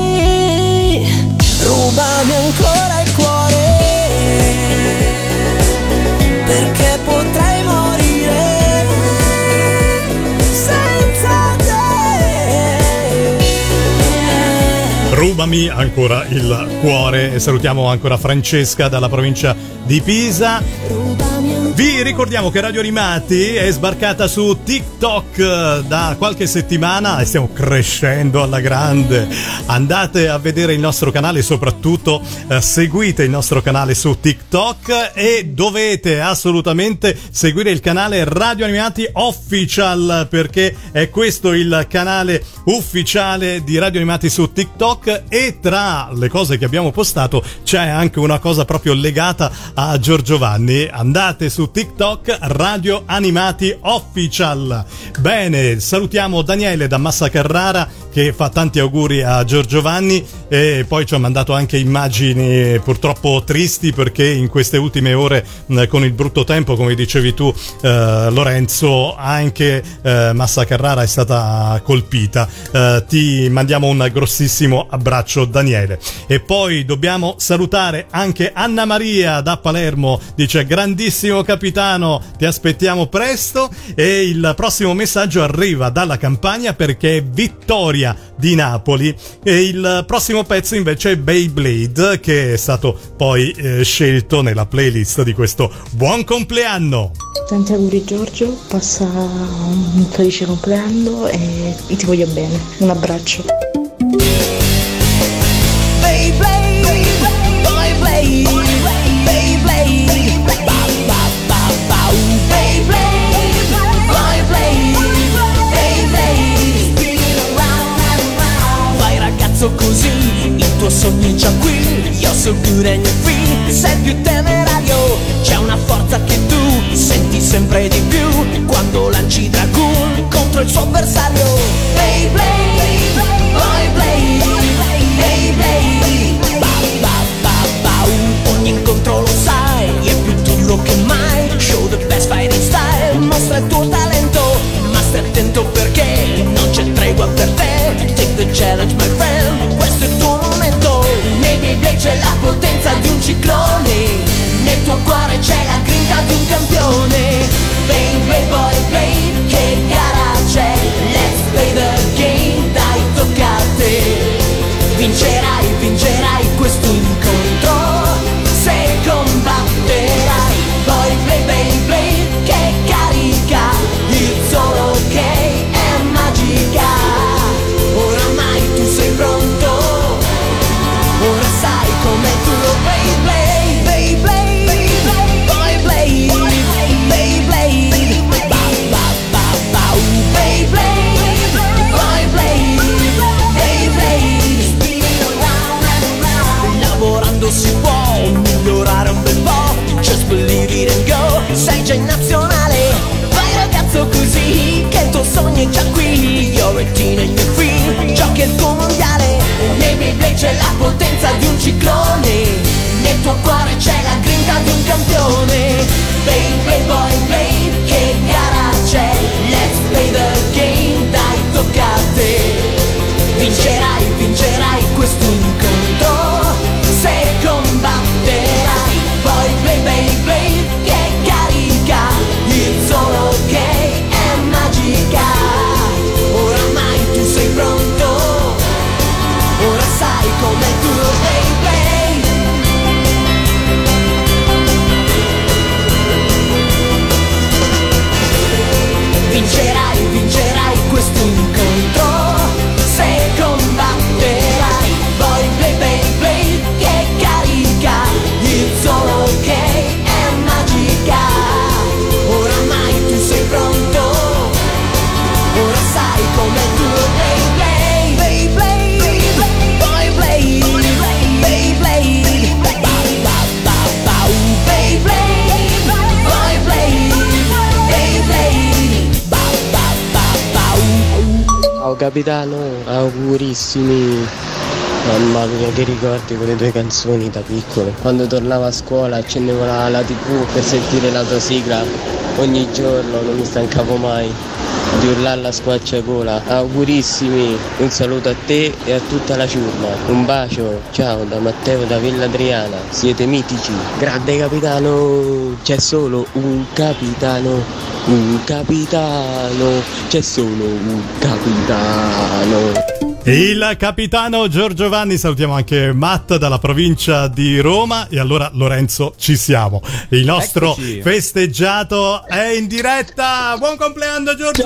Rubami ancora il cuore, perché potrei morire senza te. Rubami ancora il cuore. E salutiamo ancora Francesca dalla provincia di Pisa. Vi ricordiamo che Radio Animati è sbarcata su TikTok da qualche settimana e stiamo crescendo alla grande. Andate a vedere il nostro canale, soprattutto seguite il nostro canale su TikTok e dovete assolutamente seguire il canale Radio Animati Official, perché è questo il canale ufficiale di Radio Animati su TikTok. E tra le cose che abbiamo postato c'è anche una cosa proprio legata a Giorgiovanni. Andate su su TikTok Radio Animati Official. Bene, salutiamo Daniele da Massa Carrara che fa tanti auguri a Giorgio Vanni e poi ci ha mandato anche immagini purtroppo tristi perché in queste ultime ore con il brutto tempo, come dicevi tu Lorenzo, anche Massa Carrara è stata colpita. Ti mandiamo un grossissimo abbraccio Daniele. E poi dobbiamo salutare anche Anna Maria da Palermo, dice grandissimo capitano, ti aspettiamo presto. E il prossimo messaggio arriva dalla Campania perché è Vittoria di Napoli e il prossimo pezzo invece è Beyblade, che è stato poi scelto nella playlist di questo buon compleanno. Tanti auguri Giorgio, passa un felice compleanno e ti voglio bene, un abbraccio. Così il tuo sogno è già qui, io so good and you're free. Sei più temerario, c'è una forza che tu senti sempre di più quando lanci Dragoon contro il suo avversario. Beyblade, Beyblade, ogni incontro lo sai, è più duro che mai. Show the best fighting style, mostra il tuo talento, ma stai attento perché non c'è tregua per te. Take the challenge my friend, questo è il tuo momento. Nei Beyblade c'è la potenza di un ciclone, nel tuo cuore c'è la grinta di un campione. Beyblade, Beyblade, che gara c'è? Let's play the game, dai tocca a te. Vincerai, vincerai questo incontro se combatterai. Beyblade, Beyblade, che carica il solo che è magica. Oramai tu sei pronto, ora sai com'è tu lo Beyblade, Beyblade, Beyblade, Beyblade, Beyblade. Lavorando si può migliorare un bel po', just believe it and go, sei già in nazionale. Vai ragazzo così, che il tuo sogno è già qui. You're a teen and you're free, giochi il tuo mondiale. Nei Beyblade c'è la potenza di un ciclone, nel tuo cuore c'è la grinta di un campione. Beyblade, Beyblade, che gara c'è? Let's play the game, dai tocca a te. Vincerai, vincerai questo incontro se combatterai. Beyblade, Beyblade, che carica il solo che è magica. Oramai tu sei pronto, ora sai com'è tu lo Beyblade. Vincerai, vincerai questo incontro se combatterai. Beyblade, Beyblade, che carica il solo che è magica. Oramai tu sei pronto, ora sai com'è tu lo Beyblade, Beyblade, Beyblade, Beyblade, Ciao capitano, augurissimi. Mamma mia che ricordi quelle due canzoni da piccolo. Quando tornavo a scuola accendevo la TV per sentire la tua sigla ogni giorno, non mi stancavo mai di urlarla a squarciagola. Augurissimi, un saluto a te e a tutta la ciurma. Un bacio, ciao da Matteo da Villa Adriana, siete mitici. Grande capitano, c'è solo un capitano, c'è solo un capitano. Il capitano Giorgio Vanni, salutiamo anche Matt dalla provincia di Roma. E allora Lorenzo, ci siamo, il nostro festeggiato è in diretta. Buon compleanno Giorgio!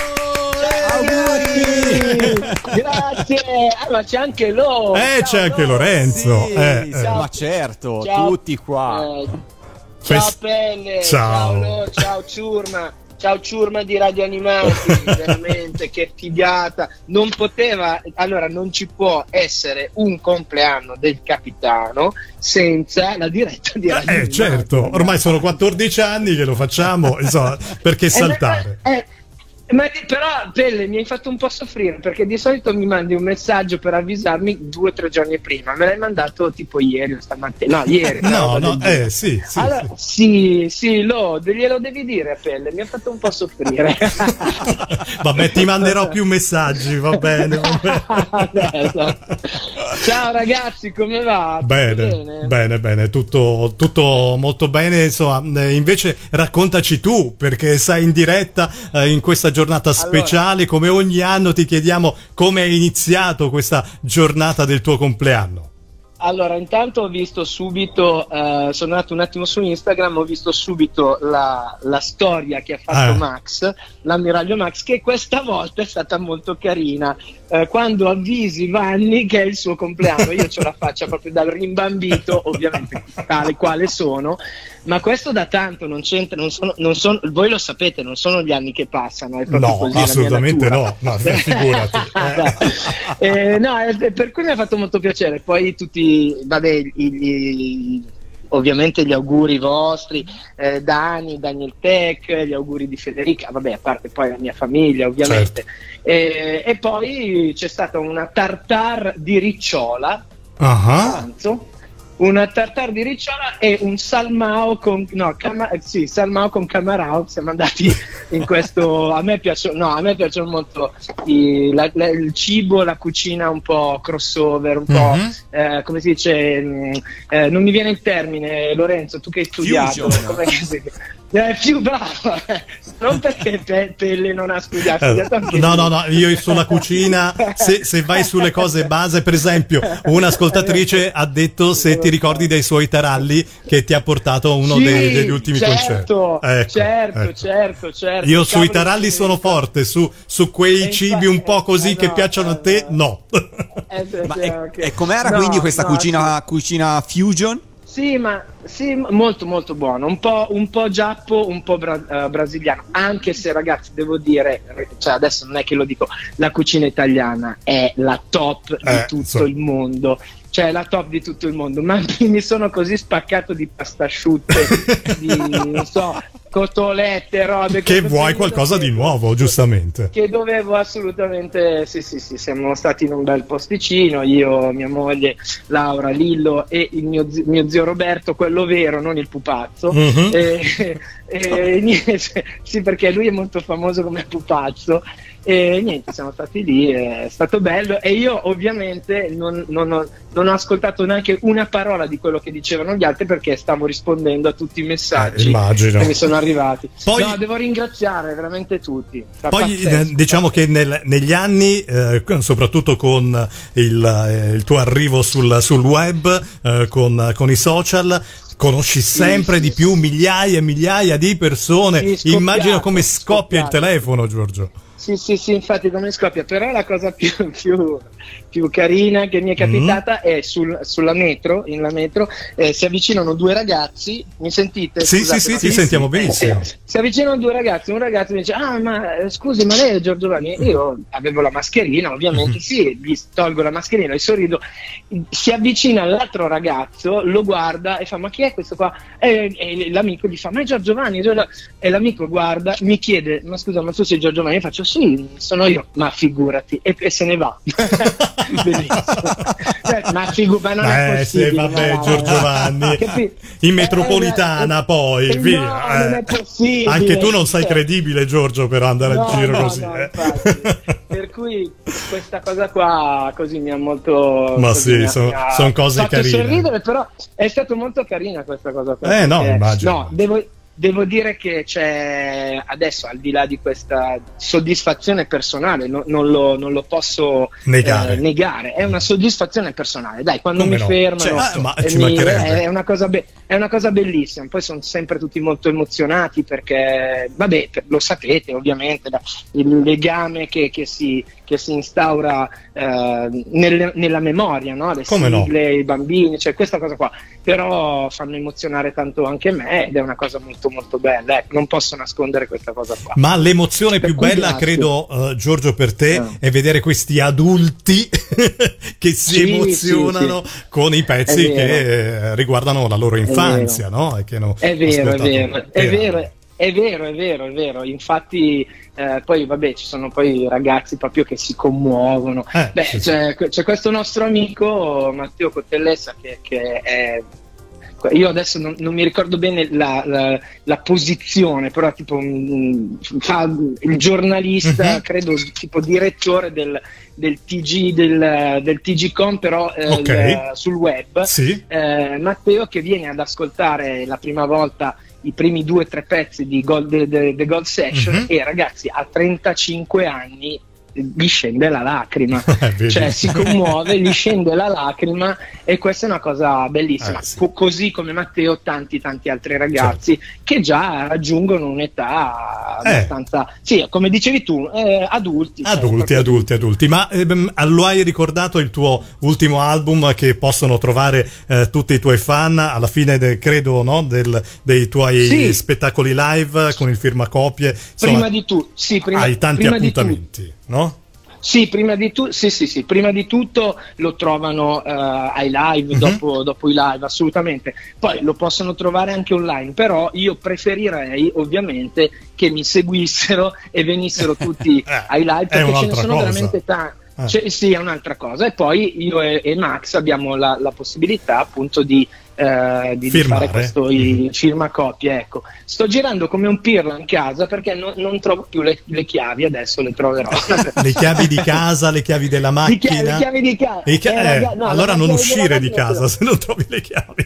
Auguri! Grazie! Ma c'è anche Lo! C'è anche Lorenzo! Ma certo, ciao. tutti qua! Ciao Pelle! Ciao. Lo, ciao Ciurma! Ciao ciurma di Radio Animati, veramente che figata. Non ci può essere un compleanno del capitano senza la diretta di Radio Animati. Certo, ormai sono 14 anni che lo facciamo, insomma, perché saltare? Però Pelle, mi hai fatto un po' soffrire, perché di solito mi mandi un messaggio per avvisarmi 2 o 3 giorni prima. Me l'hai mandato tipo ieri o stamattina. No, ieri. Sì. Allora, sì, glielo devi dire a Pelle, mi ha fatto un po' soffrire. Vabbè, ti manderò più messaggi, va bene. Adesso. Ciao ragazzi, come va? Bene, tutto molto bene. Insomma, invece raccontaci tu, perché sei in diretta in questa giornata speciale. Come ogni anno ti chiediamo come hai iniziato questa giornata del tuo compleanno. Allora, intanto ho visto subito, sono andato un attimo su Instagram, ho visto subito la storia che ha fatto Max, l'ammiraglio Max, che questa volta è stata molto carina. Quando avvisi Vanni che è il suo compleanno, io ho la faccia proprio dal rimbambito, ovviamente tale quale sono, ma questo da tanto non c'entra, non sono, voi lo sapete, non sono gli anni che passano, è proprio così, assolutamente no, figurati. Per cui mi ha fatto molto piacere. Poi tutti, ovviamente gli auguri vostri, Daniel Tech, gli auguri di Federica, a parte poi la mia famiglia ovviamente, certo. E poi c'è stata una tartare di ricciola, una tartare di ricciola e un salmao con salmao con camarao. Siamo andati in questo, a me piacciono molto il cibo, la cucina un po' crossover, un po' come si dice, non mi viene il termine, Lorenzo, tu che hai studiato, più bravo, non perché Pelle non ha studiato anche no, io sulla cucina, se vai sulle cose base, per esempio un'ascoltatrice ha detto se ti ricordi dei suoi taralli che ti ha portato a uno degli ultimi concerti. Certo. Io sui taralli sono forte, su quei cibi un po' così che piacciono a te, no. E com'era quindi questa cucina fusion? Sì, molto molto buono, un po' giappo, un po' brasiliano, anche se ragazzi devo dire, cioè adesso non è che lo dico, la cucina italiana è la top di tutto il mondo. Cioè la top di tutto il mondo, ma mi sono così spaccato di pasta asciutte, di cotolette, robe che vuoi qualcosa di nuovo, giustamente, che dovevo assolutamente. Sì, siamo stati in un bel posticino, io, mia moglie Laura, Lillo e il mio zio Roberto, quello vero, non il pupazzo. Sì, perché lui è molto famoso come pupazzo. E niente, siamo stati lì, è stato bello, e io ovviamente non ho ascoltato neanche una parola di quello che dicevano gli altri, perché stavo rispondendo a tutti i messaggi che mi sono arrivati. Poi, devo ringraziare veramente tutti. Poi diciamo che negli anni, soprattutto con il tuo arrivo sul web, con i social, conosci sempre di più migliaia e migliaia di persone. Immagino come scoppia il telefono, Giorgio. Sì, infatti come scoppia, però la cosa più carina che mi è capitata è sulla metro, si avvicinano 2 ragazzi, mi sentite? Sì, sentiamo benissimo. Si avvicinano 2 ragazzi, un ragazzo mi dice: ma scusi, ma lei è Giorgio Vanni? Io avevo la mascherina, ovviamente, sì, gli tolgo la mascherina e sorrido. Si avvicina l'altro ragazzo, lo guarda e fa: ma chi è questo qua? E l'amico gli fa: ma è Giorgio Vanni? E l'amico guarda, mi chiede: ma scusa, ma tu sei Giorgio Vanni? Io faccio: sì, sono io. Ma figurati, e se ne va. ma non è possibile. Vabbè, Giorgio Vanni in metropolitana, poi via. No, non è possibile. Anche tu non sei credibile, Giorgio, per andare in giro così. Per cui questa cosa qua così mi ha molto. Ma sì, sono cose carine. Sorridere, però è stato molto carina questa cosa qua. Immagino. No, devo dire che c'è adesso, al di là di questa soddisfazione personale, non lo posso negare, è una soddisfazione personale. Dai, quando mi fermano, ci mancherebbe. è una cosa è una cosa bellissima. Poi sono sempre tutti molto emozionati perché, vabbè, lo sapete ovviamente, il legame che si instaura nella memoria, no? Le sigle, i bambini, cioè questa cosa qua. Però fanno emozionare tanto anche me ed è una cosa molto molto bella, non posso nascondere questa cosa qua. Ma l'emozione più bella, credo, Giorgio, per te è vedere questi adulti che si emozionano con i pezzi che riguardano la loro infanzia, no? E che è vero. Infatti poi vabbè, ci sono poi ragazzi proprio che si commuovono. C'è questo nostro amico Matteo Cotellessa che è, io adesso non mi ricordo bene la posizione, però tipo fa il giornalista, credo tipo direttore del TG del TG.com, però sul web. Matteo, che viene ad ascoltare la prima volta i primi 2 o 3 pezzi di The Gold Session e ragazzi, a 35 anni gli scende la lacrima, cioè si commuove, gli scende la lacrima, e questa è una cosa bellissima. Così come Matteo, tanti altri ragazzi che già raggiungono un'età abbastanza, come dicevi tu, adulti. Ma lo hai ricordato il tuo ultimo album che possono trovare tutti i tuoi fan alla fine credo, no? dei tuoi spettacoli live con il firmacopie, insomma, prima di tutto hai tanti appuntamenti, no? Sì, prima di tutto lo trovano ai live, dopo i live, assolutamente. Poi lo possono trovare anche online, però io preferirei ovviamente che mi seguissero e venissero tutti ai live, perché ce ne sono veramente tanti. Sì, è un'altra cosa. E poi io e Max abbiamo la possibilità appunto di fare questo firmacopie. Ecco, sto girando come un pirla in casa perché non trovo più le chiavi, adesso le troverò. Le chiavi di casa, le chiavi della macchina. Le chiavi di casa. Allora non uscire di casa se non trovi le chiavi.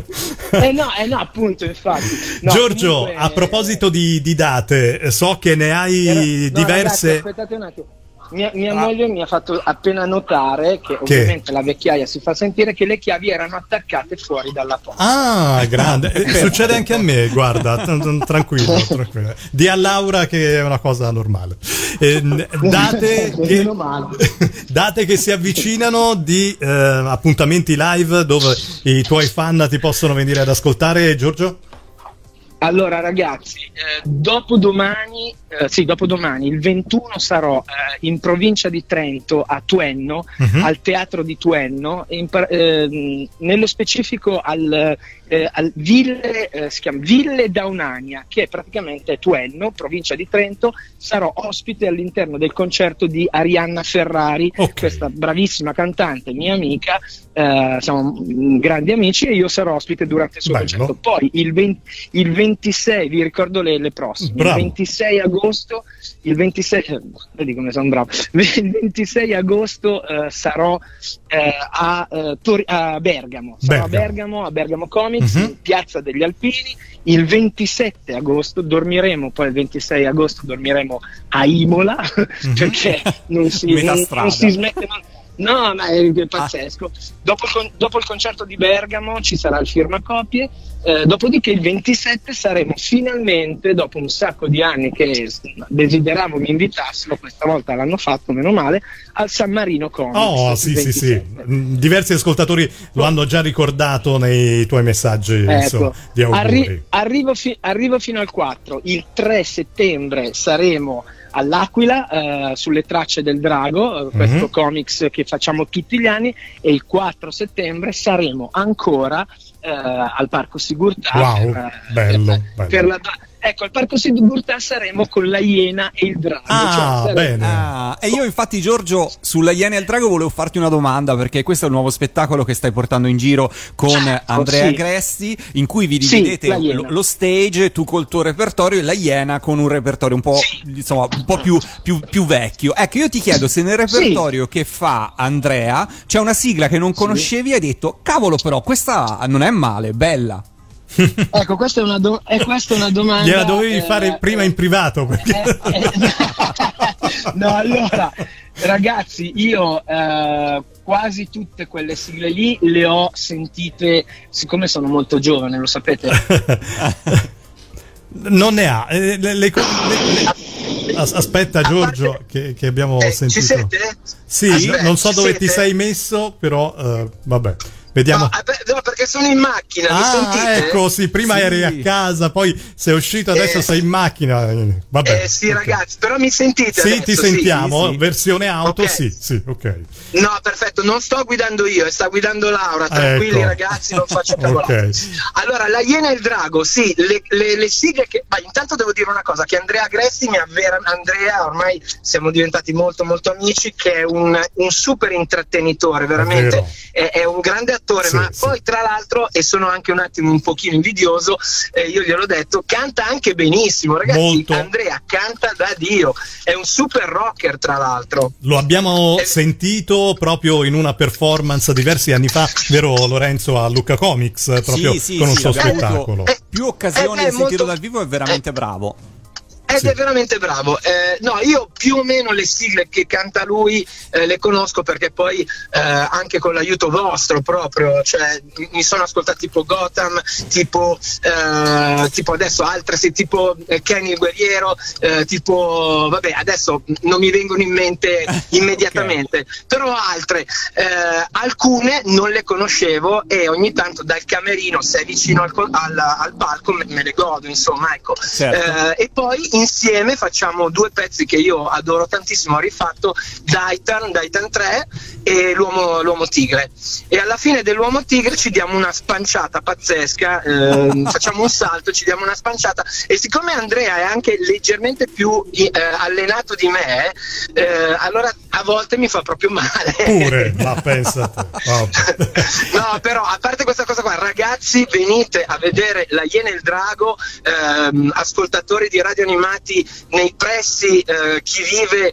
No, appunto, infatti. Giorgio, comunque, a proposito di date, so che ne hai diverse. Ragazzi, aspettate un attimo. Mia moglie mi ha fatto appena notare che ovviamente la vecchiaia si fa sentire, che le chiavi erano attaccate fuori dalla porta. Ah, grande. Succede anche a me, guarda, tranquillo. Di a Laura che è una cosa normale. Date che si avvicinano di appuntamenti live dove i tuoi fan ti possono venire ad ascoltare, Giorgio? Allora ragazzi, dopodomani, il 21 sarò in provincia di Trento, a Tuenno, al teatro di Tuenno, nello specifico al si chiama Ville Daunania, che è praticamente Tuenno, provincia di Trento. Sarò ospite all'interno del concerto di Arianna Ferrari, questa bravissima cantante, mia amica, siamo grandi amici, e io sarò ospite durante il suo concerto. Poi il 26, vi ricordo le prossime. Bravo. Il 26 agosto, vedi come sono bravo. Il 26 agosto sarò a Bergamo. Sarò a Bergamo Comics, in Piazza degli Alpini. Il 27 agosto dormiremo, poi il 26 agosto dormiremo a Imola, perché non si smette. No, ma è pazzesco. Dopo il concerto di Bergamo ci sarà il firmacopie, dopodiché il 27 saremo finalmente, dopo un sacco di anni che desideravo mi invitassero, questa volta l'hanno fatto, meno male, al San Marino Comics. Oh, sì. Diversi ascoltatori lo hanno già ricordato nei tuoi messaggi, insomma, di auguri. Arrivo fino al 4. Il 3 settembre saremo all'Aquila, sulle tracce del Drago, questo comics che facciamo tutti gli anni, e il 4 settembre saremo ancora al Parco Sigurtà. Wow, bello. Ecco, al Parco Sigurtà saremo con la Iena e il Drago. Bene. E io infatti, Giorgio, sulla Iena e il Drago volevo farti una domanda, perché questo è il nuovo spettacolo che stai portando in giro con Andrea Agresti, in cui vi dividete lo stage, tu col tuo repertorio e la Iena con un repertorio un po', insomma, un po' più vecchio. Ecco, io ti chiedo se nel repertorio che fa Andrea c'è una sigla che non conoscevi e hai detto, cavolo, però questa non è male, bella. Ecco, questa è una domanda. Gliela dovevi fare prima in privato, perché... No, allora Ragazzi, io quasi tutte quelle sigle lì le ho sentite, siccome sono molto giovane, lo sapete. Non ne ha. Aspetta Giorgio, che abbiamo sentito. Ci siete? Sì, Aspetta, non so dove ti siete? sei messo, però vabbè. Vediamo. No, perché sono in macchina, mi sentite? Ecco, sì, prima eri a casa, poi sei uscito, adesso sei in macchina. Vabbè. Sì, okay. Ragazzi, però mi sentite? Sì, adesso? ti sentiamo, sì. Versione auto, okay. sì, ok. No, perfetto, non sto guidando io, sta guidando Laura, tranquilli ecco. Ragazzi, non faccio cavolate. Okay. Allora, La Iena e il Drago, sì, le sigle che... Ma intanto devo dire una cosa, che Andrea Gressi mi avvera, Andrea, ormai siamo diventati molto molto amici, che è un super intrattenitore, veramente, è un grande attore, sì, ma sì. Poi tra l'altro, e sono anche un attimo un pochino invidioso, io gliel'ho detto, canta anche benissimo, ragazzi. Molto. Andrea canta da Dio, è un super rocker tra l'altro. Lo abbiamo sentito proprio in una performance diversi anni fa, vero Lorenzo, a Lucca Comics, proprio con un suo spettacolo. Più occasioni di sentirlo dal vivo, è veramente bravo. Ed è veramente bravo. No, io più o meno le sigle che canta lui le conosco, perché poi anche con l'aiuto vostro proprio, cioè mi sono ascoltato tipo Gotham, tipo adesso altre, sì, tipo Kenny il Guerriero, tipo vabbè, adesso non mi vengono in mente immediatamente, okay. Però altre, alcune non le conoscevo e ogni tanto dal camerino, se è vicino al palco, me le godo, insomma, ecco. Certo. E poi insieme facciamo due pezzi che io adoro tantissimo, ho rifatto Daitan 3 e l'Uomo Tigre, e alla fine dell'Uomo Tigre ci diamo una spanciata pazzesca, facciamo un salto, ci diamo una spanciata, e siccome Andrea è anche leggermente più allenato di me, allora a volte mi fa proprio male. Pure, ma pensate. No, però a parte questa cosa qua, ragazzi, venite a vedere La Iena e il Drago, ascoltatori di radio animati nei pressi, chi vive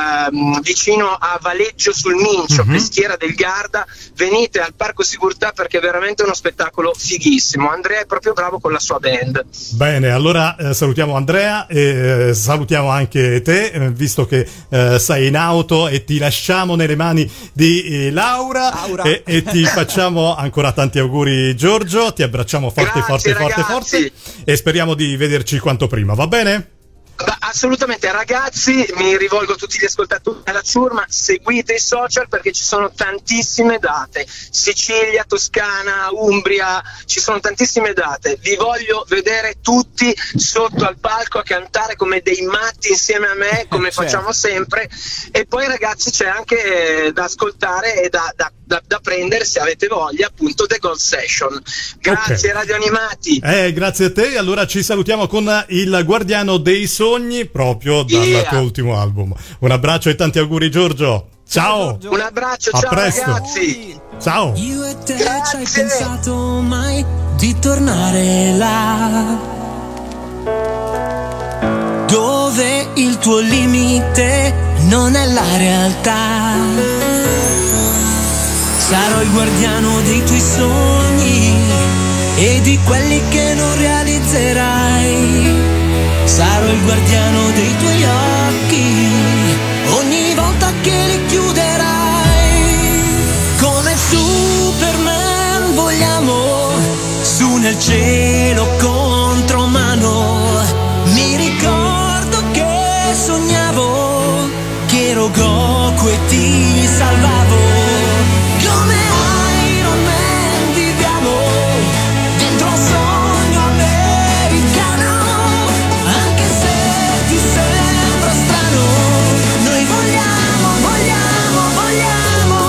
vicino a Valeggio sul Mincio, Peschiera del Garda, venite al Parco Sigurtà, perché è veramente uno spettacolo fighissimo. Andrea è proprio bravo con la sua band. Bene, allora salutiamo Andrea e salutiamo anche te, visto che sei in auto, e ti lasciamo nelle mani di Laura. E ti facciamo ancora tanti auguri, Giorgio, ti abbracciamo forte. Grazie, forte e speriamo di vederci quanto prima, va bene? Assolutamente, ragazzi, mi rivolgo a tutti gli ascoltatori della ciurma, seguite i social perché ci sono tantissime date, Sicilia, Toscana, Umbria, ci sono tantissime date, vi voglio vedere tutti sotto al palco a cantare come dei matti insieme a me, come facciamo sempre, e poi ragazzi c'è anche da ascoltare e da prendere, se avete voglia, appunto The Gold Session. Grazie, Radio Animati. Grazie a te. Allora ci salutiamo con Il Guardiano dei Sogni, proprio dal tuo ultimo album. Un abbraccio e tanti auguri, Giorgio. Ciao. Un abbraccio, a ciao presto. Ragazzi. Ciao. Io e te ci hai pensato mai di tornare là, dove il tuo limite non è la realtà. Sarò il guardiano dei tuoi sogni e di quelli che non realizzerai. Sarò il guardiano dei tuoi occhi ogni volta che li chiuderai. Come Superman vogliamo su nel cielo contro mano. Mi ricordo che sognavo che ero Goku e ti salvavo. Come Iron Man viviamo dentro un sogno americano, anche se ti sembra strano, noi vogliamo, vogliamo, vogliamo.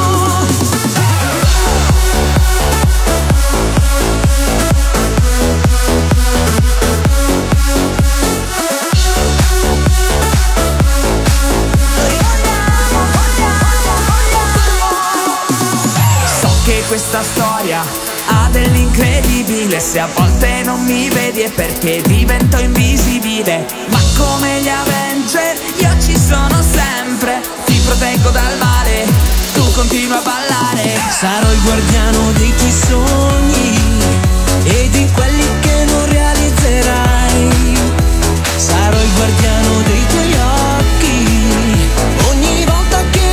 Questa storia ha dell'incredibile. Se a volte non mi vedi è perché divento invisibile. Ma come gli Avenger io ci sono sempre, ti proteggo dal male, tu continua a ballare. Sarò il guardiano dei tuoi sogni e di quelli che non realizzerai. Sarò il guardiano dei tuoi occhi ogni volta che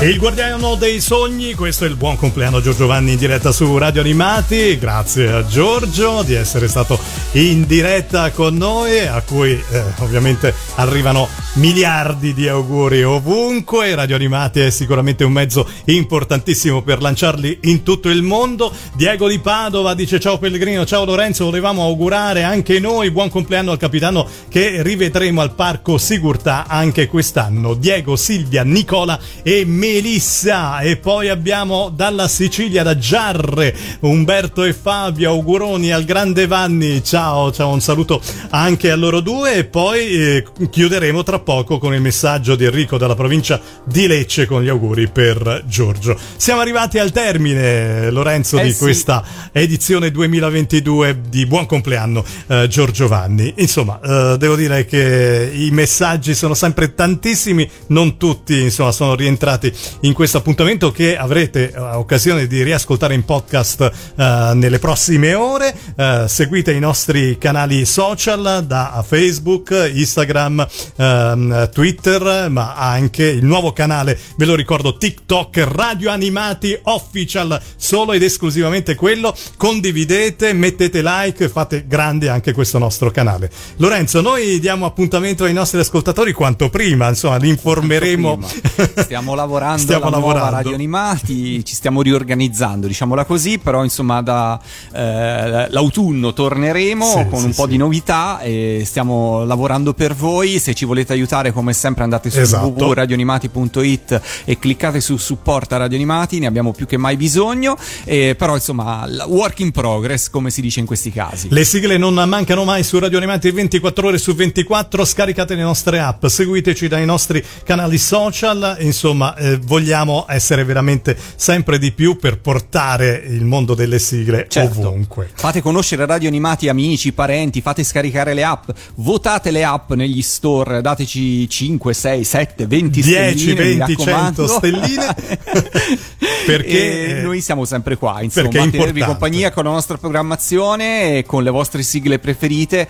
E il guardiano dei sogni, questo è il buon compleanno Giorgio Vanni in diretta su Radio Animati. Grazie a Giorgio di essere stato in diretta con noi, a cui ovviamente arrivano miliardi di auguri ovunque. Radio Animati è sicuramente un mezzo importantissimo per lanciarli in tutto il mondo. Diego di Padova dice: ciao Pellegrino, ciao Lorenzo, volevamo augurare anche noi buon compleanno al capitano che rivedremo al Parco Sigurtà anche quest'anno. Diego, Silvia, Nicola e Melissa. E poi abbiamo dalla Sicilia, da Giarre, Umberto e Fabio, auguroni al grande Vanni, ciao, un saluto anche a loro due. E poi chiuderemo tra poco con il messaggio di Enrico dalla provincia di Lecce con gli auguri per Giorgio. Siamo arrivati al termine, Lorenzo, di questa edizione 2022 di buon compleanno Giorgio Vanni. Insomma, devo dire che i messaggi sono sempre tantissimi, non tutti insomma sono rientrati in questo appuntamento che avrete occasione di riascoltare in podcast nelle prossime ore. Seguite i nostri canali social da Facebook, Instagram, Twitter, ma anche il nuovo canale, ve lo ricordo, TikTok, Radio Animati Official, solo ed esclusivamente quello. Condividete, mettete like, fate grande anche questo nostro canale. Lorenzo, noi diamo appuntamento ai nostri ascoltatori quanto prima, insomma li informeremo. Stiamo lavorando alla nuova Radio Animati, ci stiamo riorganizzando, diciamola così, però insomma da l'autunno torneremo con un po' di novità e stiamo lavorando per voi. Se ci volete aiutare, come sempre, andate su www.radioanimati.it e cliccate su supporta Radio Animati, ne abbiamo più che mai bisogno, però insomma work in progress, come si dice in questi casi. Le sigle non mancano mai su Radio Animati 24 ore su 24, scaricate le nostre app, seguiteci dai nostri canali social, insomma vogliamo essere veramente sempre di più per portare il mondo delle sigle ovunque. Fate conoscere Radio Animati amici, parenti, fate scaricare le app, votate le app negli store, dateci 5, 6, 7, 20 10, stelline, 20, 100 stelline perché noi siamo sempre qua, insomma, a tenervi compagnia con la nostra programmazione e con le vostre sigle preferite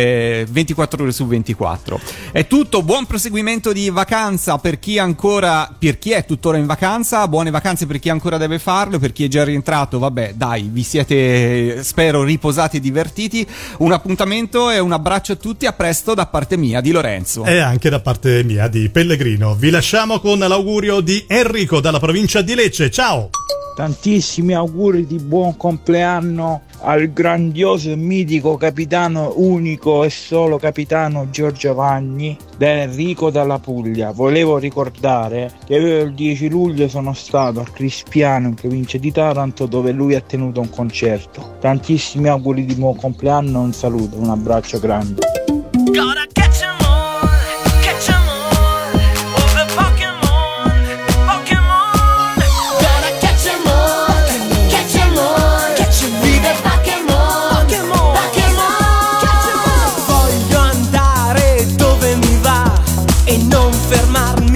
24 ore su 24. È tutto, buon proseguimento di vacanza per chi è tuttora in vacanza, buone vacanze per chi ancora deve farlo, per chi è già rientrato, vabbè dai, vi siete spero riposati e divertiti. Un appuntamento e un abbraccio a tutti, a presto da parte mia, di Lorenzo, e anche da parte mia di Pellegrino. Vi lasciamo con l'augurio di Enrico dalla provincia di Lecce. Ciao! Tantissimi auguri di buon compleanno al grandioso e mitico capitano, unico e solo capitano Giorgio Vanni, da Enrico dalla Puglia. Volevo ricordare che io il 10 luglio sono stato a Crispiano, in provincia di Taranto, dove lui ha tenuto un concerto. Tantissimi auguri di buon compleanno, un saluto, un abbraccio grande. Voglio andare dove mi va e non fermarmi